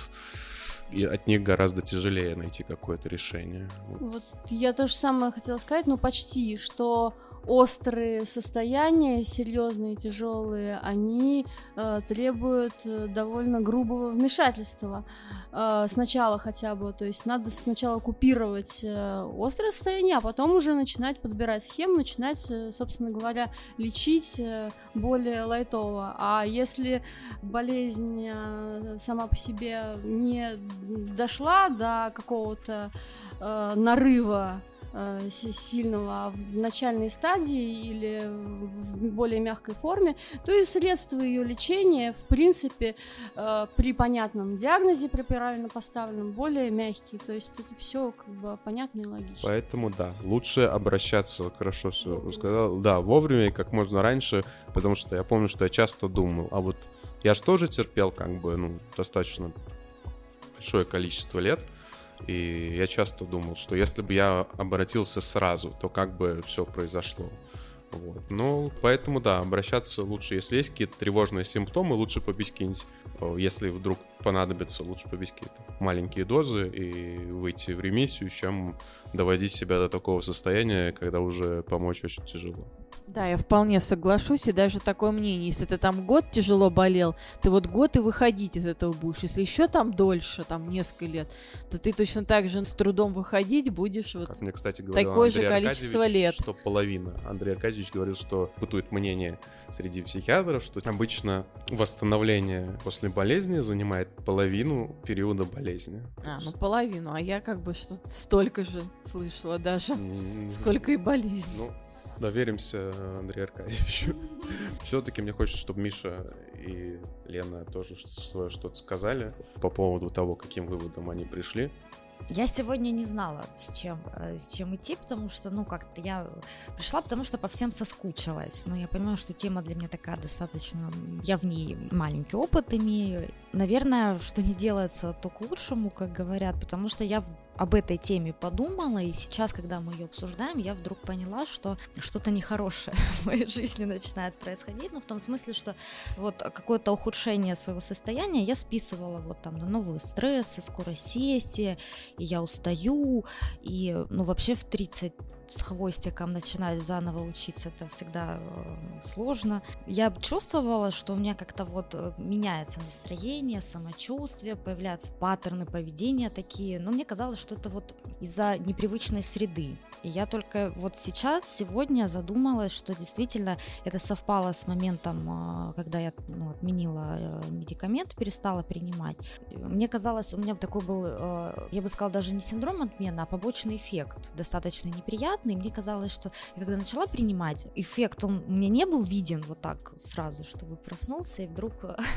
и от них гораздо тяжелее найти какое-то решение. Вот. Вот я то же самое хотела сказать, ну почти, что острые состояния, серьезные, тяжелые, они э, требуют э, довольно грубого вмешательства. Э, сначала хотя бы, то есть надо сначала купировать э, острое состояние, а потом уже начинать подбирать схему, начинать, э, собственно говоря, лечить э, более лайтово. А если болезнь э, сама по себе не дошла до какого-то э, нарыва сильного в начальной стадии или в более мягкой форме, то и средства ее лечения, в принципе, при понятном диагнозе, при правильно поставленном, более мягкие. То есть это все как бы понятно и логично. Поэтому да, лучше обращаться, хорошо все сказал, да, вовремя и как можно раньше, потому что я помню, что я часто думал, а вот я же тоже терпел как бы, ну, достаточно большое количество лет. И я часто думал, что если бы я обратился сразу, то как бы все произошло. Вот. Ну, поэтому, да, обращаться лучше. Если есть какие-то тревожные симптомы, лучше побить какие-нибудь, если вдруг понадобится, лучше побить какие-то маленькие дозы и выйти в ремиссию, чем доводить себя до такого состояния, когда уже помочь очень тяжело. Да, я вполне соглашусь, и даже такое мнение, если ты там год тяжело болел, ты вот год и выходить из этого будешь. Если еще там дольше, там несколько лет, то ты точно так же с трудом выходить будешь вот как мне, кстати, говорил такое Андрей же количество Аркадьевич, лет. Что половина. Андрей Аркадьевич говорил, что бытует мнение среди психиатров, что обычно восстановление после болезни занимает половину периода болезни. А, ну половину, а я как бы что-то столько же слышала даже, Mm-hmm. сколько и болезней. Ну, доверимся Андрею Аркадьевичу. Все-таки мне хочется, чтобы Миша и Лена тоже свое что-то сказали по поводу того, каким выводом они пришли. Я сегодня не знала, с чем, с чем идти, потому что, ну, как-то я пришла, потому что по всем соскучилась. Но я понимаю, что тема для меня такая достаточно... Я в ней маленький опыт имею. Наверное, что не делается, то к лучшему, как говорят, потому что я об этой теме подумала, и сейчас, когда мы ее обсуждаем, я вдруг поняла, что что-то нехорошее в моей жизни начинает происходить, ну, в том смысле, что вот какое-то ухудшение своего состояния я списывала вот там на новые стрессы, скорость сессии, и я устаю, и, ну, вообще в тридцать с хвостиком начинать заново учиться, это всегда э, сложно. Я чувствовала, что у меня как-то вот меняется настроение, самочувствие, появляются паттерны поведения такие, но мне казалось, что это вот из-за непривычной среды. И я только вот сейчас, сегодня задумалась, что действительно это совпало с моментом, когда я, ну, отменила медикамент, перестала принимать. Мне казалось, у меня такой был, я бы сказала, даже не синдром отмены, а побочный эффект, достаточно неприятный. Мне казалось, что я когда начала принимать, эффект, он мне не был виден вот так сразу, чтобы проснулся и вдруг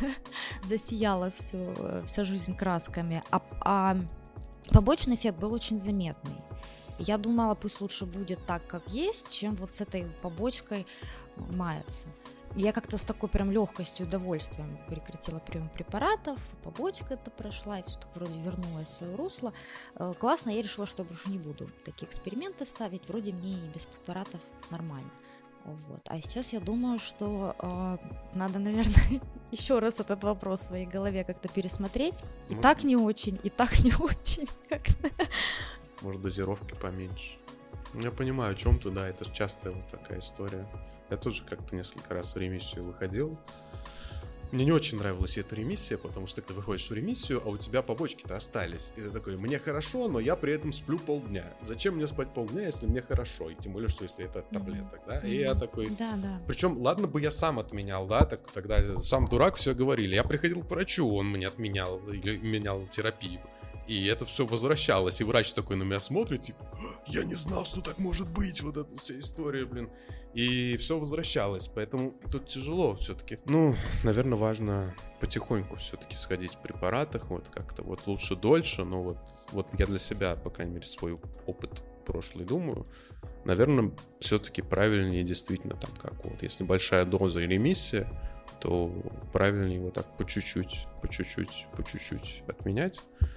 засияла всю, вся жизнь красками. А, а побочный эффект был очень заметный. Я думала, пусть лучше будет так, как есть, чем вот с этой побочкой маяться. Я как-то с такой прям легкостью и удовольствием прекратила прием препаратов, побочка это прошла, и все так вроде вернулось в свое русло. Классно, я решила, что больше не буду такие эксперименты ставить, вроде мне и без препаратов нормально. Вот. А сейчас я думаю, что э, надо, наверное, еще раз этот вопрос в своей голове как-то пересмотреть. И Может... так не очень, и так не очень как-то. Может, дозировки поменьше. Я понимаю, о чем ты, да, это частая вот такая история. Я тоже как-то несколько раз в ремиссию выходил. Мне не очень нравилась эта ремиссия, потому что ты выходишь в ремиссию, а у тебя побочки-то остались. И ты такой, мне хорошо, но я при этом сплю полдня. Зачем мне спать полдня, если мне хорошо? И тем более, что если это от таблеток, да? И я такой... Да, да. Причем, ладно бы я сам отменял, да, так тогда сам дурак, все говорили. Я приходил к врачу, он мне отменял или менял терапию. И это все возвращалось, и врач такой на меня смотрит, типа, я не знал, что так может быть, вот эта вся история, блин. И все возвращалось, поэтому тут тяжело все-таки. Ну, наверное, важно потихоньку все-таки сходить в препаратах, вот как-то вот лучше дольше, но вот, вот я для себя, по крайней мере, свой опыт прошлый думаю, наверное, все-таки правильнее действительно там как вот, если большая доза и ремиссия, то правильнее его так по чуть-чуть, по чуть-чуть, по чуть-чуть отменять.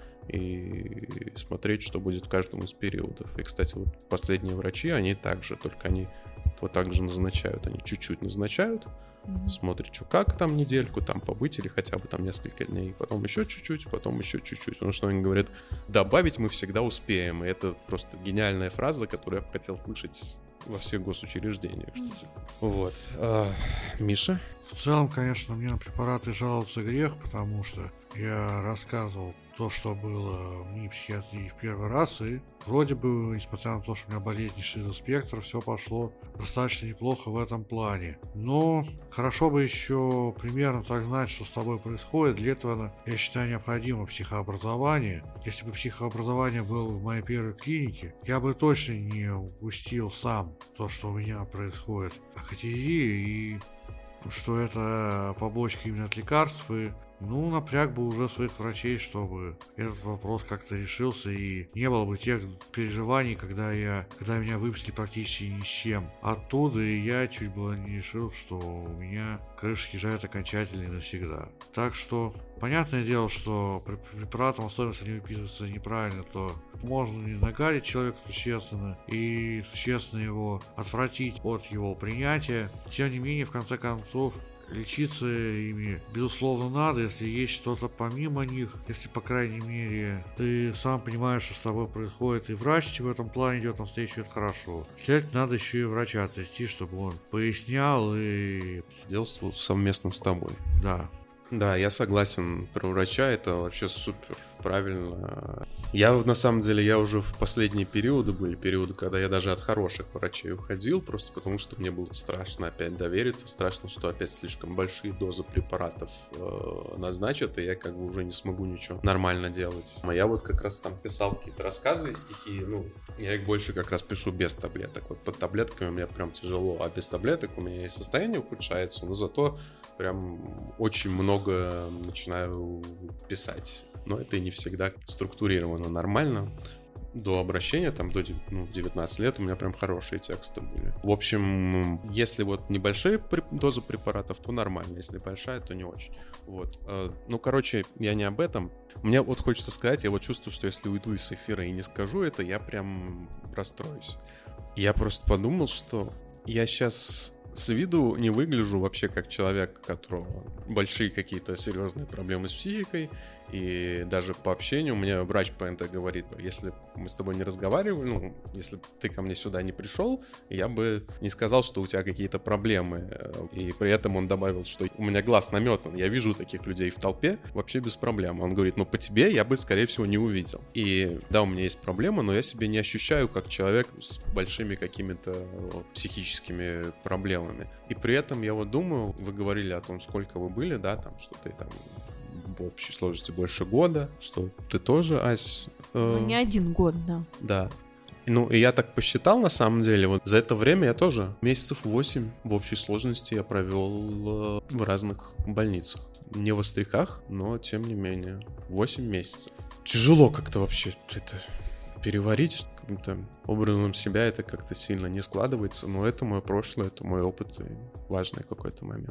И смотреть, что будет в каждом из периодов. И, кстати, вот последние врачи, они также, только они вот так же назначают. Они чуть-чуть назначают, mm-hmm. смотрят, что как там недельку, там побыть или хотя бы там несколько дней, потом еще чуть-чуть, потом еще чуть-чуть. Потому что они говорят, добавить мы всегда успеем. И это просто гениальная фраза, которую я бы хотел слышать во всех госучреждениях. Mm-hmm. Вот. А, Миша? В целом, конечно, мне на препараты жаловаться грех, потому что я рассказывал то, что было в МИИ психиатрии в первый раз, и вроде бы, несмотря на то, что у меня болезнь шизоспектра, все пошло достаточно неплохо в этом плане. Но хорошо бы еще примерно так знать, что с тобой происходит. Для этого, я считаю, необходимо психообразование. Если бы психообразование было в моей первой клинике, я бы точно не упустил сам то, что у меня происходит ахатизия, и что это побочка именно от лекарств, и ну, напряг бы уже своих врачей, чтобы этот вопрос как-то решился и не было бы тех переживаний, когда я, когда меня выписали практически ни с чем оттуда, и я чуть было не решил, что у меня крыша съезжает окончательно и навсегда. Так что, понятное дело, что при препаратам, особенно если они выписываются неправильно, то можно не нагарить человека существенно и существенно его отвратить от его принятия. Тем не менее, в конце концов, лечиться ими, безусловно, надо, если есть что-то помимо них, если, по крайней мере, ты сам понимаешь, что с тобой происходит, и врач тебе в этом плане идет навстречу, это хорошо. Следовательно, надо еще и врача отвести, чтобы он пояснял и делал совместно с тобой. Да. Да, я согласен про врача, это вообще супер правильно. Я, на самом деле, я уже в последние периоды, были периоды, когда я даже от хороших врачей уходил, просто потому что мне было страшно опять довериться, страшно, что опять слишком большие дозы препаратов э, назначат, и я как бы уже не смогу ничего нормально делать. А я вот как раз там писал какие-то рассказы и стихи, ну, я их больше как раз пишу без таблеток. Вот под таблетками у меня прям тяжело, а без таблеток у меня и состояние ухудшается, но зато прям очень много начинаю писать. но это и не всегда структурировано нормально. До обращения, там, до ну, девятнадцати лет у меня прям хорошие тексты были. В общем, если вот небольшие дозы препаратов, то нормально. Если большая, то не очень. Вот. Ну, короче, я не об этом. Мне вот хочется сказать, я вот чувствую, что если уйду из эфира и не скажу это, я прям расстроюсь. Я просто подумал, что я сейчас с виду не выгляжу вообще как человек, у которого большие какие-то серьезные проблемы с психикой. И даже по общению у меня врач по эн тэ говорит, если мы с тобой не разговаривали, ну, если ты ко мне сюда не пришел, я бы не сказал, что у тебя какие-то проблемы. И при этом он добавил, что у меня глаз наметан, я вижу таких людей в толпе вообще без проблем. Он говорит, ну по тебе я бы, скорее всего, не увидел. И да, у меня есть проблема, но я себя не ощущаю как человек с большими какими-то психическими проблемами. И при этом я вот думаю, вы говорили о том, сколько вы были, да, там, что ты там в общей сложности больше года, что ты тоже, Ась... Э... Ну, не один год, да. Да. Ну, и я так посчитал, на самом деле, вот за это время я тоже месяцев восемь в общей сложности я провел э, в разных больницах. Не в остряках, но тем не менее. восемь месяцев. Тяжело как-то вообще это переварить. Каким-то образом себя это как-то сильно не складывается, но это мое прошлое, это мой опыт и важный какой-то момент.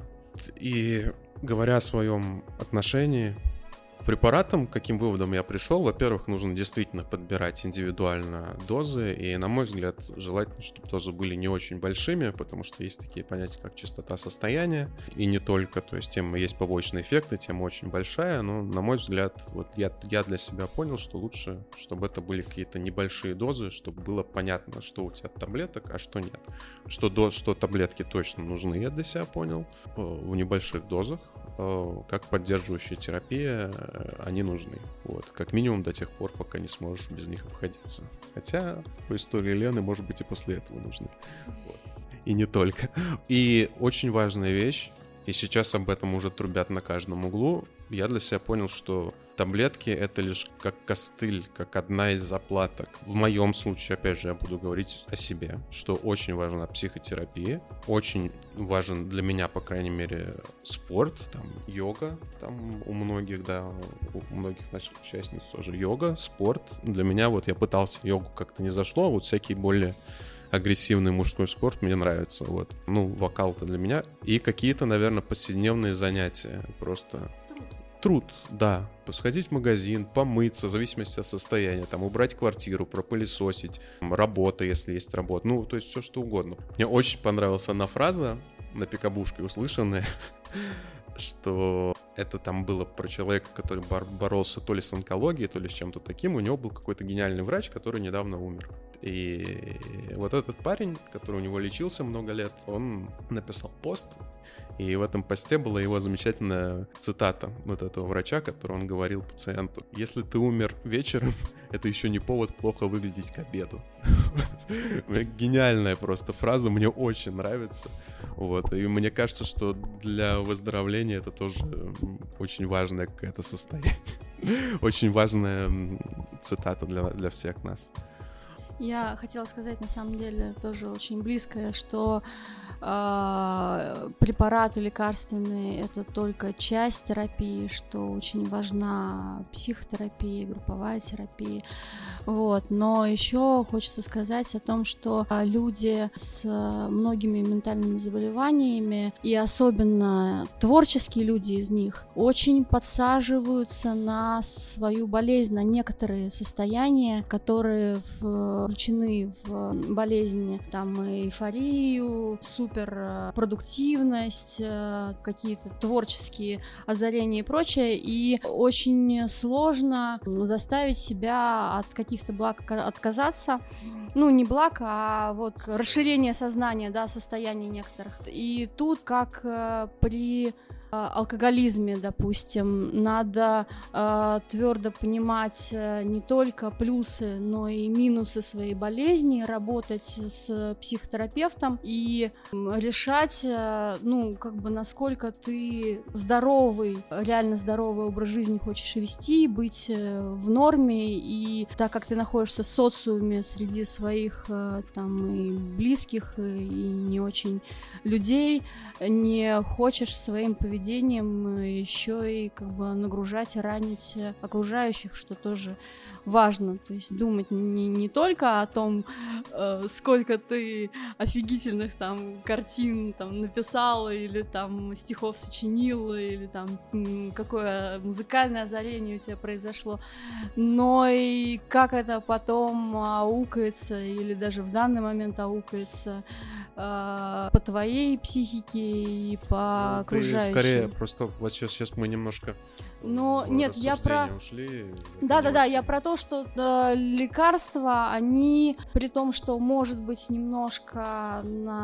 И говоря о своем отношении к препаратам, к каким выводам я пришел, во-первых, нужно действительно подбирать индивидуально дозы, и, на мой взгляд, желательно, чтобы дозы были не очень большими, потому что есть такие понятия, как частота состояния, и не только, то есть тема есть побочные эффекты, тема очень большая, но, на мой взгляд, вот я, я для себя понял, что лучше, чтобы это были какие-то небольшие дозы, чтобы было понятно, что у тебя таблеток, а что нет. Что, до, что таблетки точно нужны, я для себя понял, в небольших дозах, как поддерживающая терапия, они нужны. Вот. Как минимум до тех пор, пока не сможешь без них обходиться. Хотя по истории Лены, может быть, и после этого нужны. Вот. И не только. И очень важная вещь, и сейчас об этом уже трубят на каждом углу, я для себя понял, что таблетки — это лишь как костыль, как одна из заплаток. В моем случае, опять же, я буду говорить о себе, что очень важна психотерапия, очень важен для меня, по крайней мере, спорт, там, йога, там у многих, да, у многих наших участниц тоже йога, спорт. Для меня вот я пытался, йогу как-то не зашло, а вот всякий более агрессивный мужской спорт мне нравится, вот. Ну, вокал-то для меня. И какие-то, наверное, повседневные занятия, просто... Труд, да. Сходить в магазин, помыться, в зависимости от состояния, там, убрать квартиру, пропылесосить, работа, если есть работа, ну, то есть все что угодно. Мне очень понравилась одна фраза, на пикабушке услышанная, что это там было про человека, который бор- боролся то ли с онкологией, то ли с чем-то таким. У него был какой-то гениальный врач, который недавно умер. И вот этот парень, который у него лечился много лет, он написал пост, и в этом посте была его замечательная цитата вот этого врача, который он говорил пациенту: «Если ты умер вечером, это еще не повод плохо выглядеть к обеду». Гениальная просто фраза, мне очень нравится. Вот. И мне кажется, что для выздоровления это тоже очень важное какое-то состояние. Очень важная цитата для, для всех нас. Я хотела сказать, на самом деле, тоже очень близкое, что э, препараты лекарственные — это только часть терапии, что очень важна психотерапия, групповая терапия. Вот. Но еще хочется сказать о том, что люди с многими ментальными заболеваниями, и особенно творческие люди из них, очень подсаживаются на свою болезнь, на некоторые состояния, которые в включены в болезни, там, эйфорию, суперпродуктивность, какие-то творческие озарения и прочее, и очень сложно заставить себя от каких-то благ отказаться, ну, не благ, а вот расширение сознания, да, состояния некоторых. И тут, как при алкоголизме, допустим, надо э, твердо понимать не только плюсы, но и минусы своей болезни, работать с психотерапевтом и решать, э, ну, как бы, насколько ты здоровый, реально здоровый образ жизни хочешь вести, быть в норме, и так как ты находишься в социуме среди своих э, там и близких, и не очень людей, не хочешь своим поведением поведением еще и как бы нагружать и ранить окружающих, что тоже важно. То есть думать не, не только о том, э, сколько ты офигительных там картин там написала, или там стихов сочинила, или там м, какое музыкальное озарение у тебя произошло, но и как это потом аукается, или даже в данный момент аукается э, по твоей психике и по Ну, ты окружающим. скорее просто вот сейчас, сейчас мы немножко Но в нет, я рассуждения про- ушли. Это Да-да-да, не я очень. про то, что э, лекарства, они, при том, что, может быть, немножко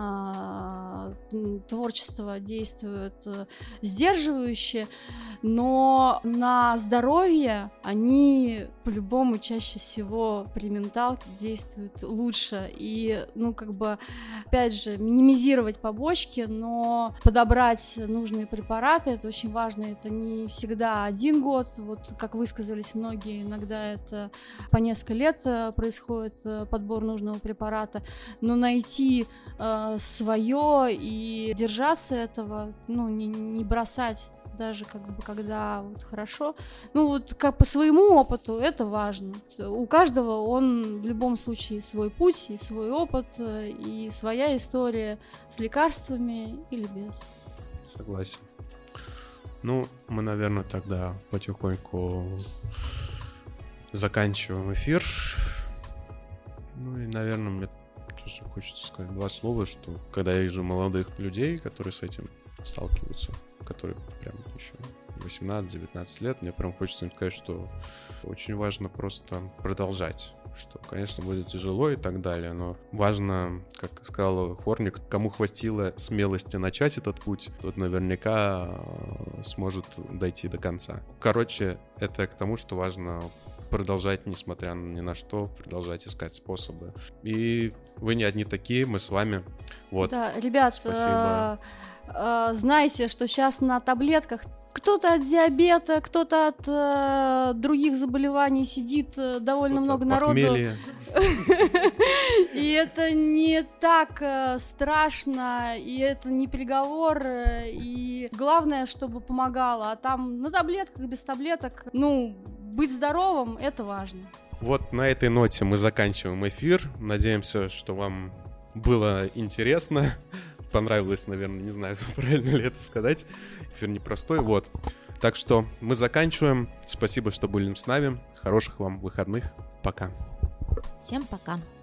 на м, творчество действуют э, сдерживающе, но на здоровье они по-любому чаще всего при менталке действуют лучше. И, ну, как бы, опять же, минимизировать побочки, но подобрать нужные препараты, это очень важно. Это не всегда один год, вот как высказались многие, иногда это по несколько лет э, происходит э, подбор нужного препарата, но найти э, свое и держаться этого, ну, не, не бросать даже как бы когда вот хорошо. Ну вот как по своему опыту это важно. У каждого он в любом случае свой путь и свой опыт, э, и своя история с лекарствами или без. Согласен. Ну, мы, наверное, тогда потихоньку заканчиваем эфир. Ну и, наверное, мне тоже хочется сказать два слова, что когда я вижу молодых людей, которые с этим сталкиваются, которые прям еще восемнадцать-девятнадцать лет, мне прям хочется им сказать, что очень важно просто продолжать. Что, конечно, будет тяжело и так далее, но важно, как сказал Хорник, кому хватило смелости начать этот путь, тот наверняка сможет дойти до конца. Короче, это к тому, что важно продолжать, несмотря ни на что, продолжать искать способы. И вы не одни такие, мы с вами. Вот. Да, ребят, Спасибо. э, э, знаете, что сейчас на таблетках кто-то от диабета, кто-то от э, других заболеваний сидит э, довольно много народу. Похмелье. И это не так э, страшно, и это не приговор, э, и главное, чтобы помогало. А там на таблетках, без таблеток, ну, быть здоровым, это важно. Вот на этой ноте мы заканчиваем эфир. Надеемся, что вам было интересно. Понравилось, наверное, не знаю, правильно ли это сказать. Эфир непростой, вот. Так что мы заканчиваем. Спасибо, что были с нами. Хороших вам выходных. Пока. Всем пока.